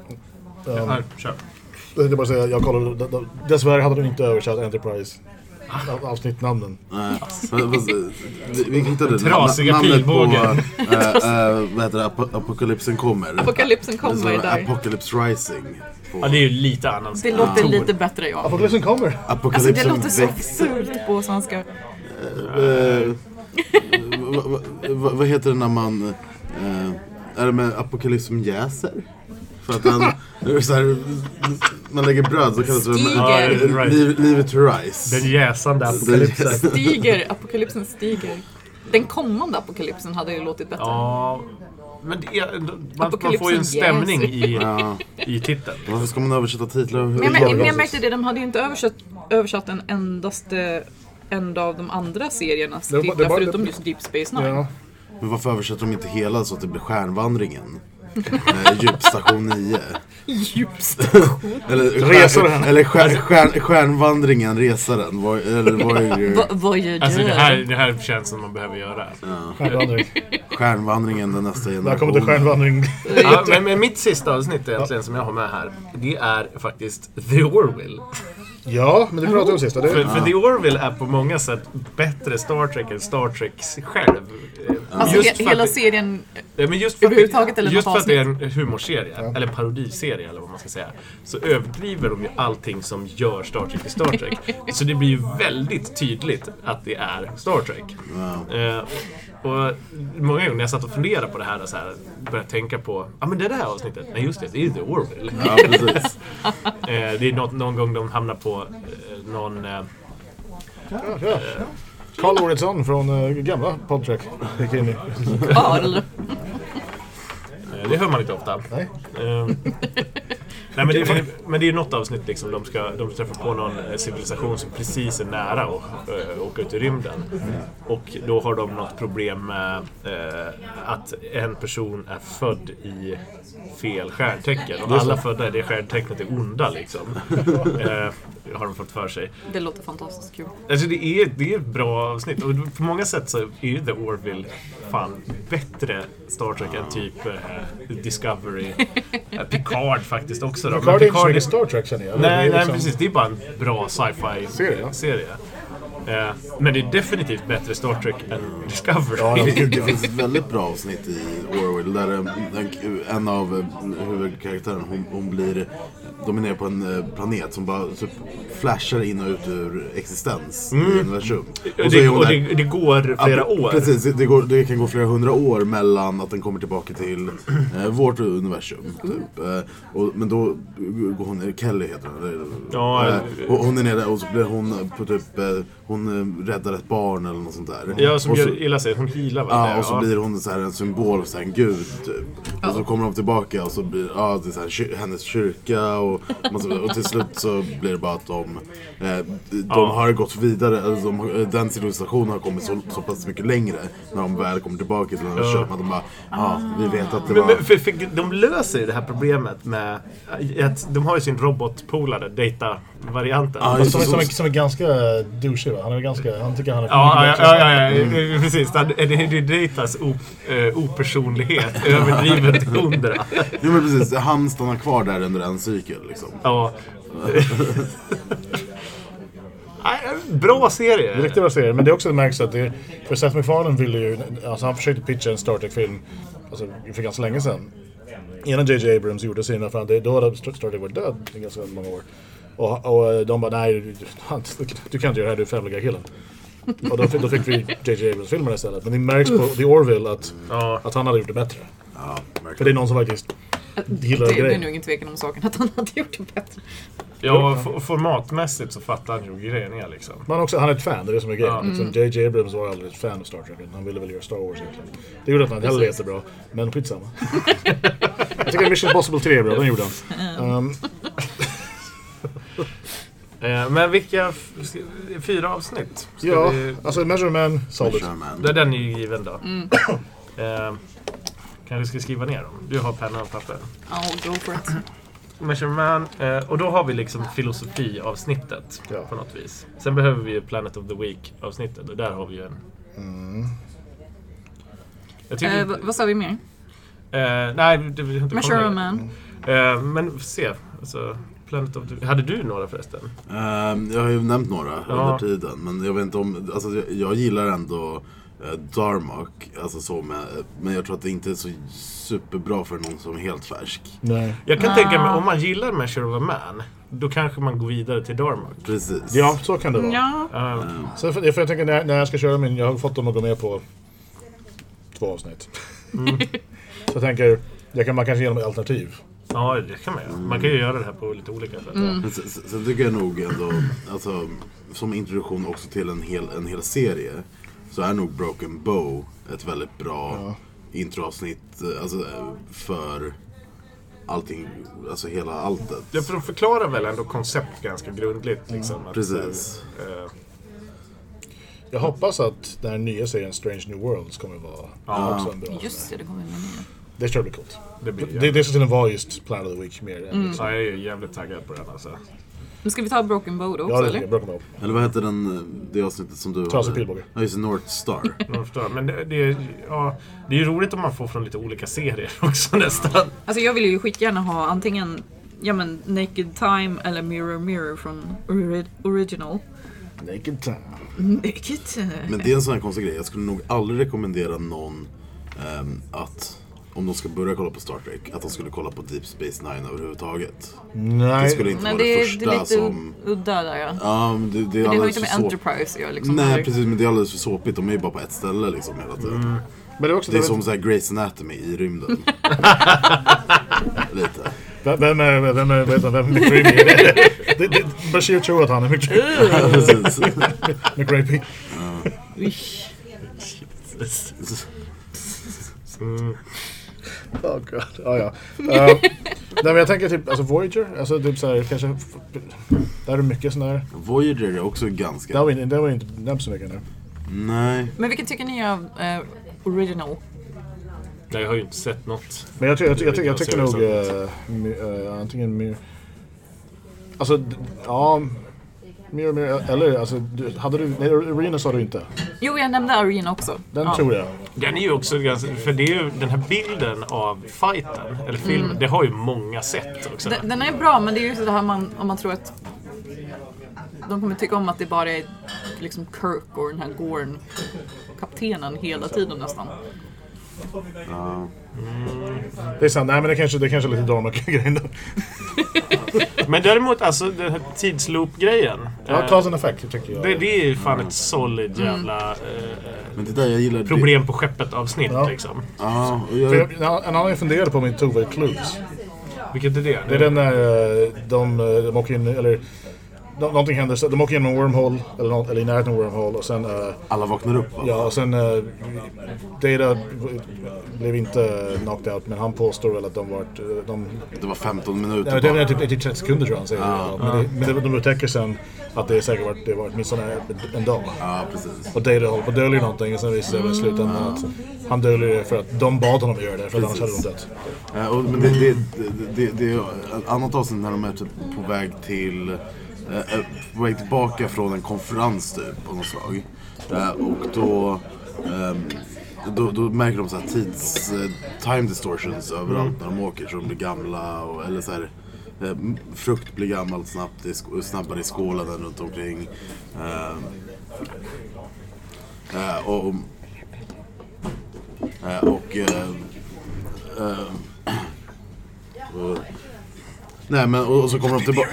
Um, här, kör. Jag tänkte bara säga, jag kollade, dessvärre hade de inte översatt Enterprise avsnittnamnen. Nej, men, fast, vi, vi hittade Trasiga namnet pilbågen. på äh, äh, vad heter det? Ap- Apokalypsen kommer. Apokalypsen kommer alltså, där. Apocalypse Rising. På, Ja, det är ju lite annan. Det låter lite bättre, ja. Apokalypsen kommer. Alltså Apokalypsen det låter så väx- fult på svenska. Eh, vad va, va, va heter det när man eh, är det med apokalypsen jäser? För att den, så här, man lägger bröd så kallas det Stiger. ja, liv, livet to rise. Den jäsande apokalypsen. Stiger, apokalypsen stiger. Den kommande apokalypsen hade ju låtit bättre. Ja, men det är, man, man får ju en stämning i, Ja. i titeln. Varför ska man översätta titlar? Men jag, men, men jag märkte det, de hade ju inte översatt, översatt en endaste enda av de andra seriernas Det var- titlar det var- förutom just Deep Space Nine. Ja. Men varför översätter de inte hela så att det blir Stjärnvandringen? eh, djupstation nio. Djupstation. Eller, Resaren. eller stjär, stjär, Stjärnvandringen, resaren. Var, eller vad är det? Va, vad gör Alltså du? det här, det här känns som man behöver göra. Stjärnvandring. Stjärnvandringen, den nästa generation. Där kommer till stjärnvandring. Ja, men, men mitt sista avsnitt egentligen som jag har med här, det är faktiskt The Orville. Ja, men det pratade vi om sista. Det För, för The Orville är på många sätt bättre Star Trek än Star Trek själv. Alltså Just he, för hela att det- serien. Ja, men just för, Överhuvudtaget att, eller just något för att det är en humorserie, eller parodiserie eller vad man ska säga, så överdriver de ju allting som gör Star Trek i Star Trek. Så det blir ju väldigt tydligt att det är Star Trek. Wow. Eh, och många gånger när jag satt och funderade på det här, så här började tänka på, ja ah, men det är det här avsnittet, nej just det, det är The Orville. Ja, precis. eh, det är något, någon gång de hamnar på eh, någon... Eh, Ja, ja. Carl Lorenzon från uh, gamla Podtrack. Gick in i. Ja, eller eh, det hör man inte ofta. Nej. Eh, Nej, men, det är, men det är något avsnitt liksom, de ska de träffar på någon civilisation som precis är nära att äh, åka ut i rymden. Och då har de något problem med äh, att en person är född i fel stjärntecken. Och alla födda i det stjärntecknet är onda liksom. äh, har de fått för sig. Det låter fantastiskt kul. Alltså det är, det är ett bra avsnitt. Och på många sätt så är ju The Orville fan bättre Star Trek än typ uh, Discovery. uh, Picard faktiskt också då. Picard är inte så är mycket Star Trek känner jag. Nej, Det är nej liksom- precis. Det är bara en bra sci-fi Serie, ja. serie. Uh, men det är definitivt bättre Star Trek än Discovery. Ja, det, det finns ett väldigt bra avsnitt i Orwell där en, en av huvudkaraktärerna hon, hon blir dominerad på en planet som bara typ flashar in och ut ur existens mm. i universum. Och, och, det, och det, det går flera ja, år. Precis, det, går, det kan gå flera hundra år mellan att den kommer tillbaka till eh, vårt universum. Typ. Eh, och, men då går hon, Kelly heter hon. Ja, eh, och hon är nere och så blir hon på typ, eh, hon räddar ett barn eller något sånt där. Ja, som och så, gör illa sig. Hon healar väl ja, det, och så ja. blir hon så här en symbol för så här en gud typ. Och så kommer de tillbaka och så blir ja, det är så här, kyr, hennes kyrka och, och till slut så blir det bara att de eh, de ja. har gått vidare, alltså de, den civilisationen har kommit så, så pass mycket längre när de väl kommer tillbaka till den här köpen. De bara, ja, vi vet att det Men, var... men för, för, de löser ju det här problemet med att de har ju sin robotpolare, Data-varianten. Ja, Som är, som, är, som är ganska douchig va? Han är ganska, han tycker han är Ja, ja, ja, ja, ja, ja precis. Det är Datas o, uh, opersonlighet överdrivet hundra. Jo men precis, han stannar kvar där under en cykel liksom. Ja. Bra serie. Det är riktigt bra serie, men det är också märks att det, för Seth MacFarlane ville ju, alltså han försökte pitcha en Star Trek-film alltså för ganska länge sedan. Innan J J Abrams gjorde sina, för det, då hade Star Trek varit död i ganska många år. Och, och de bara, nej, du, du kan inte göra det här, du är Family Guy-killen. Och då, då fick vi J J Abrams-filmer istället. Men det märks på The Orville att, ja. att han hade gjort det bättre. Ja, för det är någon som faktiskt gillar det, grejer. det är nog ingen tvekan om saken att han hade gjort det bättre. Ja, f- formatmässigt så fattar han ju grejen är liksom. Men också, han är ett fan, det är det som är grejen. Ja. Liksom, J J Abrams var aldrig ett fan av Star Trek. Han ville väl göra Star Wars egentligen. Det gjorde att han heller jättebra, men skitsamma. Jag tycker Mission Impossible tre är bra, den gjorde han. Um, eh, men vilka f- fyra avsnitt? Ska ja, vi... alltså Measure Man, solid. Measure Den är ju given då. Mm. eh, kanske ska skriva ner dem. Du har penna och papper. Ja, oh, go for it. Measure Man, eh, och då har vi liksom filosofi-avsnittet Ja. på något vis. Sen behöver vi ju Planet of the Week-avsnittet och där har vi ju en. Mm. Jag tycker, Eh, v- vad sa vi mer? eh, nej, det, vi har inte Measure kommit. Man. Eh, men se, alltså, Planet of the... Hade du några förresten? Um, jag har ju nämnt några Ja. under tiden, men jag vet inte om, alltså jag, jag gillar ändå uh, Darmok, alltså så med, men jag tror att det inte är så superbra för någon som är helt färsk. Nej. Jag kan Ah. tänka mig, om man gillar Measure of a Man, då kanske man går vidare till Darmok. Precis. Ja, så kan det vara. Ja. Uh, Så för, för jag tänker när, när jag ska köra min, jag har fått dem att gå med på två avsnitt. mm. Så jag tänker, jag kan, man kanske ge dem ett alternativ. Ja, det kan man göra. Man kan ju göra det här på lite olika sätt. Mm. Men sen, sen tycker jag nog ändå, alltså, som introduktion också till en hel, en hel serie, så är nog Broken Bow ett väldigt bra Ja. introavsnitt, alltså, för allting, alltså hela alltet. Ja, för de förklarar väl ändå koncept ganska grundligt. Liksom, att, Precis. eh, Jag hoppas att den här nya serien Strange New Worlds kommer vara Ja. också en bra. Just det, det kommer med nya. Det tror jag blir coolt. det blir Det, det skulle vara just Planet of the Week mer. Mm. Så jag är ju jävligt taggad på den alltså. Men ska vi ta Broken Bow då också, Ja, det är eller? det. Broken Bow. Eller vad heter den, det avsnittet som du Trasig hade? pilbåge. Ja, just det, North Star. Jag förstår. Men det, det, är, ja, det är ju roligt om man får från lite olika serier också nästan. Alltså jag vill ju skitgärna ha antingen ja, men Naked Time eller Mirror Mirror från ori- Original. Naked Time. Naked Time. Men det är en sån här konstig grej. Jag skulle nog aldrig rekommendera någon ehm, att, om de ska börja kolla på Star Trek, att de skulle kolla på Deep Space Nine överhuvudtaget. Nej. Det skulle inte Nej, vara det, det är, första det är lite som... udda där ja. Ja, men det, det är Men det har ju alldeles inte för med så... Enterprise att göra liksom. Nej, Här. precis, men det är alldeles för såpigt. De är ju bara på ett ställe liksom hela tiden. Mm. Men det är också Det är som så här Grey's Anatomy i rymden. Lite. Vem vem är vem är vet du, vem McRapey är det? det, det Bashir tror att han är McRapey. Ja, precis. McRapey. Usch. Mm. Oh god. Ja ja. Uh, nej men jag tänker typ alltså Voyager, alltså typ så här kanske där är mycket sån där. Voyager är också Det ganska... var inte det var inte nämnt så mycket nu. Nej. Men vilken tycker ni av eh, Original? Nej, jag har ju inte sett något. Men jag, ty- jag, ty- jag, ty- jag Jag tycker ser nog det uh, my, uh, antingen my, alltså d- ja Mer och mer, eller alltså, du, hade du, nej, Arena sa du inte. Jo, jag nämnde Arena också. Den ja. tror jag. Den är ju också ganska, för det är ju den här bilden av fighten, eller filmen, mm. det har ju många sätt också. Den, den är bra, men det är ju så det här man, om man tror att de kommer tycka om att det bara är liksom Kirk och den här Gorn kaptenen hela tiden nästan. Ja. Mm. Det är sant, nej men det kanske, det kanske är lite drama-grejen. Men däremot, alltså den här tidsloop-grejen. Ja, eh, cause and effect tycker jag. Det, det är ju fan ett solid jävla eh, men det där jag gillar problem det. På skeppet-avsnitt ja. liksom. Ja, och jag... För jag, en annan jag funderade på min two-way clues. Vilket är det? Det är den när de, de åker in, eller någonting händer, så de åker in en wormhole eller, något, eller i närheten av en wormhole och sen uh, alla vaknar upp va? Ja, och sen uh, Data blev inte knocked out, men han påstår väl att de var de, det var femton minuter. Nej, det var typ, typ trettio sekunder tror jag han säger. Ja. Men, det, men det, de upptäcker sen att det är säkert varit, det var åtminstone en dag. Ja, precis. Och Data håller på att dölja någonting och sen visar det i slutändan att han döljer det för att de bad honom att göra det, för annars hade de dött. Ja, och, men det, det, det, det, det är ett annat avsnitt när de är typ på väg till eh, på väg tillbaka från en konferens typ av något slag. Eh, och då, eh, då då märker de så här tids eh, time distortions överallt när de åker, så de blir gamla och, eller så här eh, frukt blir gammalt snabbt i sk- snabbare i skålen än runt omkring. Eh, eh, och eh, och eh, eh, och, nej men och, och så kommer de tillbaka.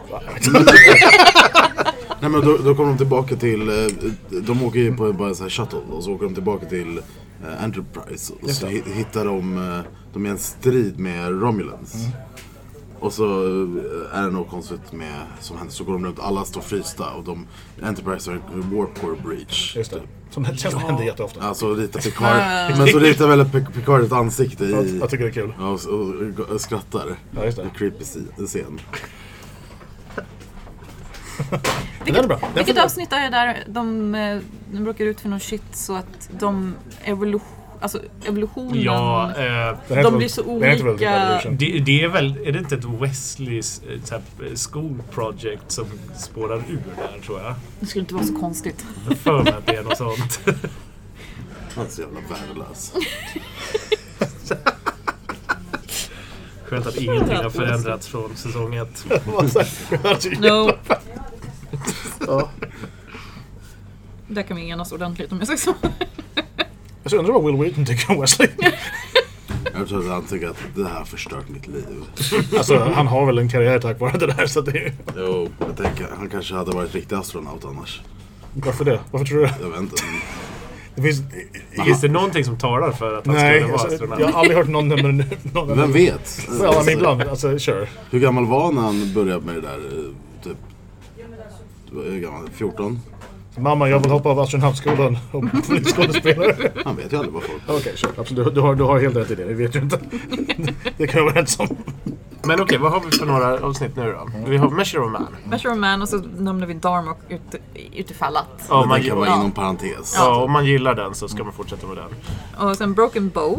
Nej men då, då kommer de tillbaka till eh, de åker ju på bara så här shuttle och så åker de tillbaka till eh, Enterprise och så hittar de eh, de är en strid med Romulans. Mm. Och så är det något konstigt med som händer, så går de runt, alla står frysta och de Enterprise har en warp core breach. Just det. Som det känns händer jätteofta. Alltså ritar Picard, men så ritar väl Picard ett ansikte i. Jag tycker det är kul. Ja, och, och, och skrattar. Ja, just det. En creepy scen. Vilket, är bra. vilket avsnitt är det där de, de råkar ut för någon shit så att de evolu- alltså evolutionen Ja, eh, de blir så olika. Det, det är väl, är det inte ett Wesleys typ, school project som spårar ur där tror jag? Det skulle inte vara så konstigt. Jag för mig att det är något sånt. Han är så jävla värdelös. Skönt att ingenting har förändrats från säsong ett. No. Ja. Där kan vi enas ordentligt om jag säger så. Jag så undrar vad Will Wheaton tycker om Wesley. Jag tror att han tycker att det här har förstört mitt liv. Alltså han har väl en karriär tack vare det där så det är... Jo, jag tänker han kanske hade varit riktig astronaut annars. Varför det? Varför tror du det? Jag vet inte. Det finns, finns det någonting som talar för att han nej, skulle vara alltså, astronaut? jag har aldrig hört någon nämna någon. Vem vet? Well, alltså, ibland, alltså, sure. Hur gammal var han när han började med det där? Typ, hur gammal? fjorton? Mamma, jag vill hoppa av astronautskolan och bli skådespelare. Han vet ju aldrig vad folk... Okej, okay, sure. Absolut. Du, du, har, du har helt rätt i det. Vi vet ju inte. Det kan jag vara rätt som. Men okej, okay, vad har vi för några avsnitt nu då? Vi har Measure of Man. Measure of Man och så nämner vi Dharma ut, utifall att. Ja, man kan vara ja. inom parentes. Ja, om man gillar den så ska man fortsätta med den. Och sen Broken Bow.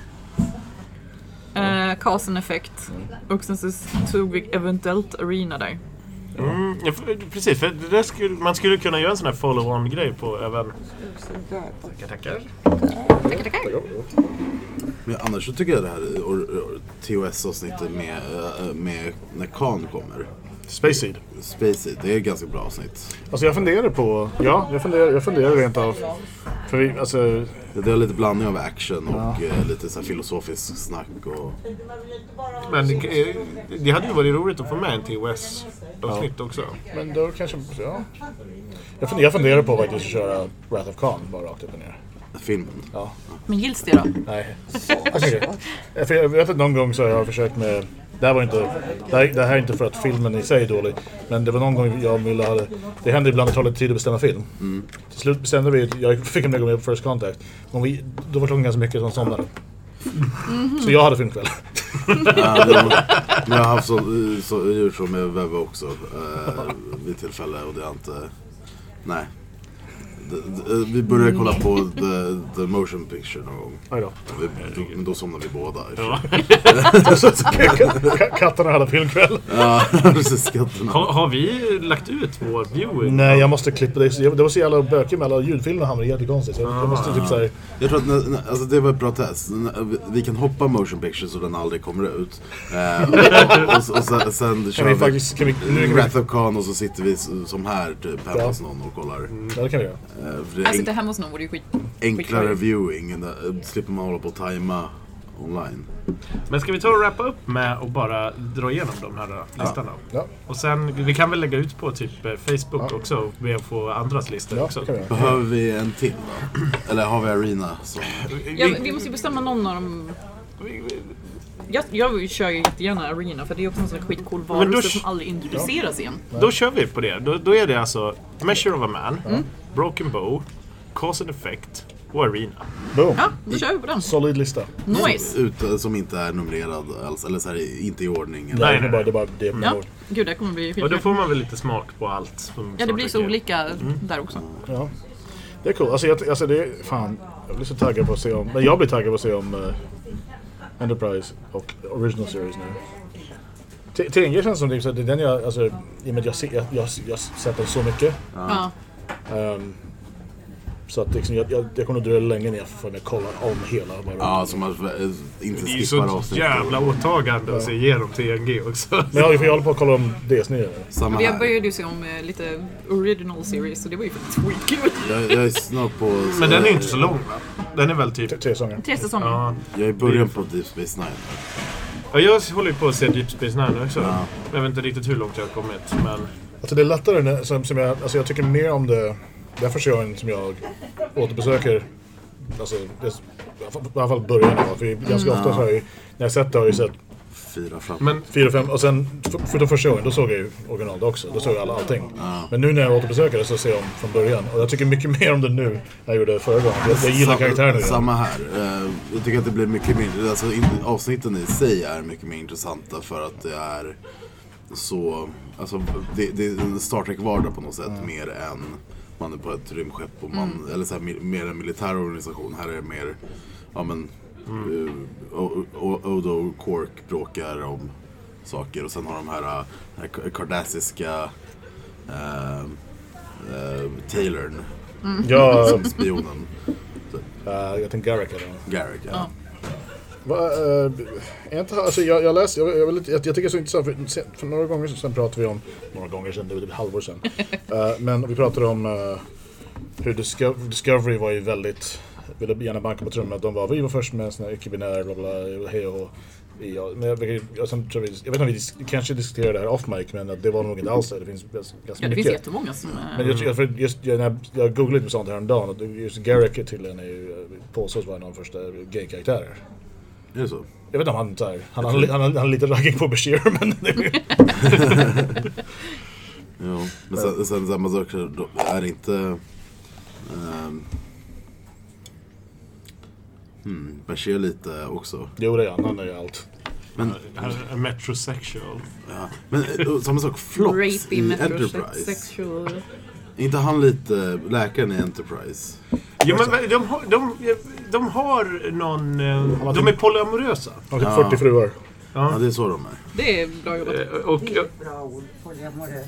Eh, Cause and Effect. Och sen så tog vi eventuellt Arena där. Mm, ja, för, precis, för det där skulle, man skulle kunna göra en sån här follow-on-grej på även... Tackar, tackar. Tackar, tackar. Men annars så tycker jag det här or, or, T O S-avsnittet med, med när Khan kommer. Space Seed. Space Seed, det är ett ganska bra avsnitt. Alltså jag funderar på... Ja, jag funderar, jag funderar rent av... För vi, alltså... Det är lite blandning av action och ja. eh, lite så här filosofisk snack och... Men det, det hade ju varit roligt att få med en T O S-avsnitt ja. också. Men då kanske... Ja. Jag funderar, jag funderar på att vi ska köra Wrath of Khan bara rakt upp och ner. Filmen? Ja. Men gills det då? Nej. Okay. För jag vet att någon gång så har jag försökt med... Det här, var inte, det, här, det här är inte för att filmen i sig är dålig. Men det var någon gång jag och Milla hade... Det hände ibland att ta lite tid att bestämma film. Mm. Till slut bestämde vi... Jag fick en med på First Contact. Men vi, då var det ganska mycket som somnade. Mm-hmm. Så jag hade filmkväll. Ja, jag, jag har haft så, så, gjort så med Webbe också. Eh, vid tillfälle och det är inte... Nej. Vi började kolla på the, the motion picture någon gång. Aj då. Vi, då, men då somnade vi båda. Ja. Katterna hade filmkväll. Ja, precis, katterna. Har, har vi lagt ut vår viewing? Nej, jag måste klippa det. Det var så jävla bökig med alla ljudfilmer hamnade jättekonstigt. Så jag, jag måste typ såhär... Jag tror att när, alltså det var ett bra test. Vi kan hoppa motion picture så den aldrig kommer ut. Eh, och, och, och, och sen, sen kör vi vi, faktiskt, kan vi, nu kan Wrath of Khan och så sitter vi som här typ hemma Ja. hos någon och kollar. Ja, det kan vi göra. Eh, för det är Alltså enk- det hemma hos någon vore ju skit. enklare skit- viewing. Äh, slipper man hålla på och tajma online. Men ska vi ta och wrappa upp med och bara dra igenom de här listorna? Ja. Och sen, vi kan väl lägga ut på typ eh, Facebook Ja. också och be att få andras listor Ja, också. det kan vi göra. Behöver vi en till då? Eller har vi Arena som... Ja, vi måste ju bestämma någon av dem. Jag, jag kör ju jättegärna Arena för det är också en sån här skitcool Men då- varelse som aldrig introduceras igen. Då kör vi på det. Då, då är det alltså Measure of a Man, Broken Bow, Cause and Effect och Arena. Boom. Ja, då kör vi på den. Solid lista. Nice. Ut, som inte är numrerad alls, eller så här, inte i ordning. Nej, nej, det är bara det. Är bara det Ja, gud det kommer bli Och då skitkul. får man väl lite smak på allt. Som Ja, det blir så Star Trek är. olika där också. Ja. Det är cool. Alltså, jag, alltså det är... Fan. Jag blir så taggad på att se om... Men jag blir taggad på att se om... Uh, Enterprise och Original Series nu. T- T N G känns som det, så det är den jag... Alltså, i och med att jag, ser, jag, jag, jag har sett den så mycket. Ja. Um, så att liksom, jag, jag, jag kommer att dröja länge ner för att jag kollar om hela. Bara. Ja, som man äh, inte Det är ju skippar så avsnitt. jävla åtagande att se igenom T N G också. Men jag, jag håller på att kolla om D S nio. Samma Jag här. började ju se om eh, lite Original Series så det var ju faktiskt skitkul. Jag, jag är snart på... Men den är ju inte så lång va? Den är väl typ... Tre säsonger. Tre säsonger. Ja. Jag är i början på Deep Space Nine. Ja, jag håller ju på att se Deep Space Nine också. Ja. Jag vet inte riktigt hur långt jag har kommit, men... Alltså det är lättare när, som, som jag, alltså jag tycker mer om det. Därför ser jag en som jag återbesöker. Alltså det, i alla fall början av. För ganska ofta så har jag ju, när jag sett det har jag ju sett Fyra fram. Men fyra, fem och sen för, för de första gången då såg jag ju originalet också. Då såg jag alla allting. Men nu när jag återbesöker det så ser jag om från början. Och jag tycker mycket mer om det nu än jag gjorde förra gången. Jag, jag gillar Sam- karaktären nu. Samma här. Uh, jag tycker att det blir mycket mindre. Alltså in, avsnitten i sig är mycket mer intressanta för att det är så... Alltså det, det är en Star Trek-vardag på något sätt Mm. mer än man är på ett rymdskepp och man, Mm. eller så här, mer, mer en militär organisation. Här är det mer, ja men, mm. uh, Odo och Quark bråkar om saker och sen har de här, uh, här kardassiska uh, uh, Taylorn Ja, som spionen. uh, jag tänkte Garrick eller Garrick, ja. Ja. Va, uh, är inte, alltså jag, jag läste, jag, jag, jag, jag tycker det är så intressant, för, se- för några gånger sedan pratade vi om, några gånger sedan, det var ett halvår sedan, uh, men vi pratade om uh, hur Disco- Discovery var ju väldigt, ville gärna banka på trumman, de var, vi var först med en sån här icke-binär, bla bla, hej och ja, men jag, jag, sen tror vi, jag vet inte om vi dis- kanske diskuterade det här off-mic, men att det var nog inte alls det, det finns ganska Ja, det mycket. finns jättemånga som är... Men jag, jag, för just, jag, när jag googlade lite på sånt häromdagen och just Garrick tydligen är ju, påstås vara en av de första gay-karaktärer. Är det så? Jag vet inte om han så här, han, han, han, han har lite ragging på Bashir, men det är Ja, men sen, sen samma sak så då är det inte um, hmm, Bashir lite också. jo, det är han, han är ju allt. Men, Han är metrosexual. ja, men uh, samma sak, Flox Rapey, i Enterprise. metrosexual... Är inte han lite läkaren i Enterprise? Jo men de har, de, de har någon... eh, De är polyamorösa. Han har typ Ja. fyrtio fruar. Ja, det är så de är. Det är bra jobbat. Eh, Och, Det är ett bra ord, polyamorös.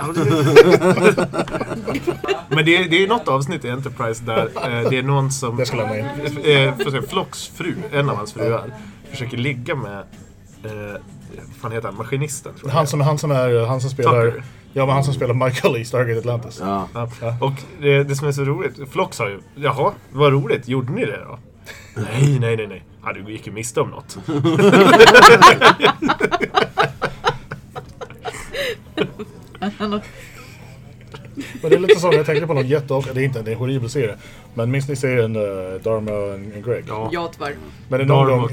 men det är, det är något avsnitt i Enterprise där eh, det är någon som... Det ska lämna in. Eh, för att säga, Flox fru, en av hans fruar, försöker ligga med... Eh, vad fan heter han? Maskinisten tror jag. Han som, han som är, han som spelar, Tucker. ja men han som spelar Michael i Stargate Atlantis. Ja. Ja. Och det, det som är så roligt, Flox har ju, jaha, vad roligt, gjorde ni det då? nej, nej, nej, nej. Ja, du gick ju miste om något. Men det är lite så, jag tänker på någon jätteofta, det är inte det är en horribel serie. Men minns ni serien uh, Dharma och and Greg? Ja, Ja, tyvärr. Men det är någon Darm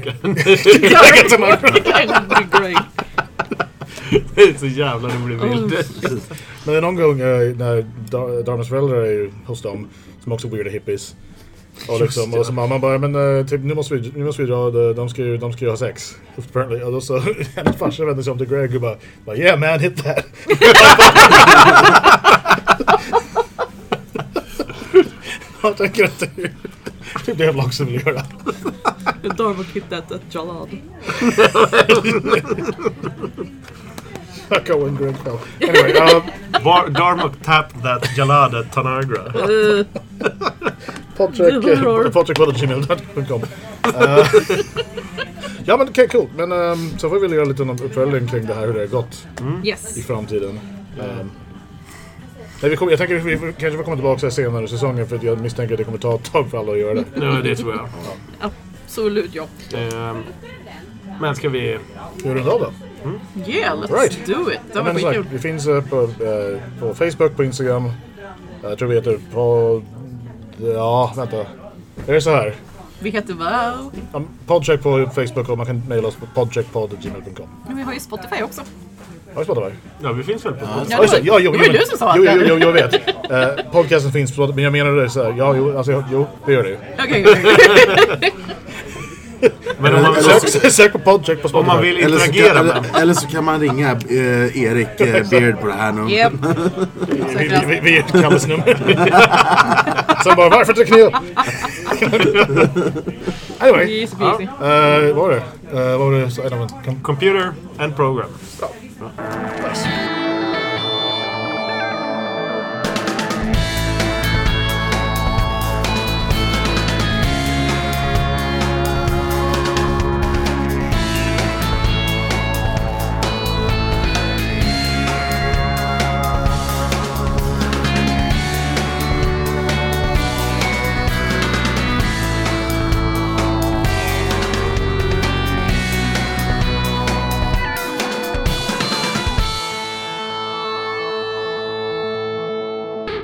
gång... och Greg. det är så jävla rolig bild. Men det är någon gång uh, när Dar- Dharmas föräldrar är ju hos dem, som också weirda hippies. Och liksom, och så mamma bara, men uh, typ, nu måste vi, nu måste vi dra, de, de ska ju, de ska ju ha sex. Apparently. Och då så, hennes farsa vände sig om till Greg och bara, bara yeah man, hit that. Jag tänker att det är typ det jag också vill göra. Darmok hittat ett Jalad. Fuck Owen Greg Fell. Anyway, um, Bar- Darmok tapped that Jalad at Tanagra. Uh, Podcheck Podcheck på gmail dot com. Ja men okej, okay, cool. Men um, så får vi väl göra lite någon uppföljning kring det här, hur det har gått mm. yes. i framtiden. Um, nej, vi kommer, jag tänker att vi kanske får komma tillbaka här senare i säsongen, för att jag misstänker att det kommer ta ett tag för alla att göra det. Ja, det tror jag. Ja. Absolut, ja. Um, men ska vi... Gör du en dag då? Mm. Yeah, let's right. do it. Det var men, sagt, vi finns uh, på, uh, på Facebook, på Instagram. Uh, jag tror vi heter på... Ja, vänta. Är det så här? Vi heter vad? Um, Podcheck på Facebook, och man kan mejla oss på podcheckpod at gmail dot com. Men vi har ju Spotify också. Har vi Spotify? Ja, vi finns väl på Ja, Ja, just det. Ja, jo, det var jo, ju men- du som sa jo, att jo, det. jo, jag vet. Uh, podcasten finns på, men jag menar det så här. Ja, jo, alltså, jo, det gör det ju. Okej, okej. Men om man, Sök, sök på Podcheck på om man Spotify. vill Eller så, interagera kan, med... eller, eller så kan man ringa eh, Erik eh, Beard på det här nu. Yep. Vi, vi, vi, vi ger Kalles nummer. Sen bara, varför trycker ni upp? Anyway, Easy peasy. uh, vad var det? Uh, vad var det? Så, Computer and program. Nice.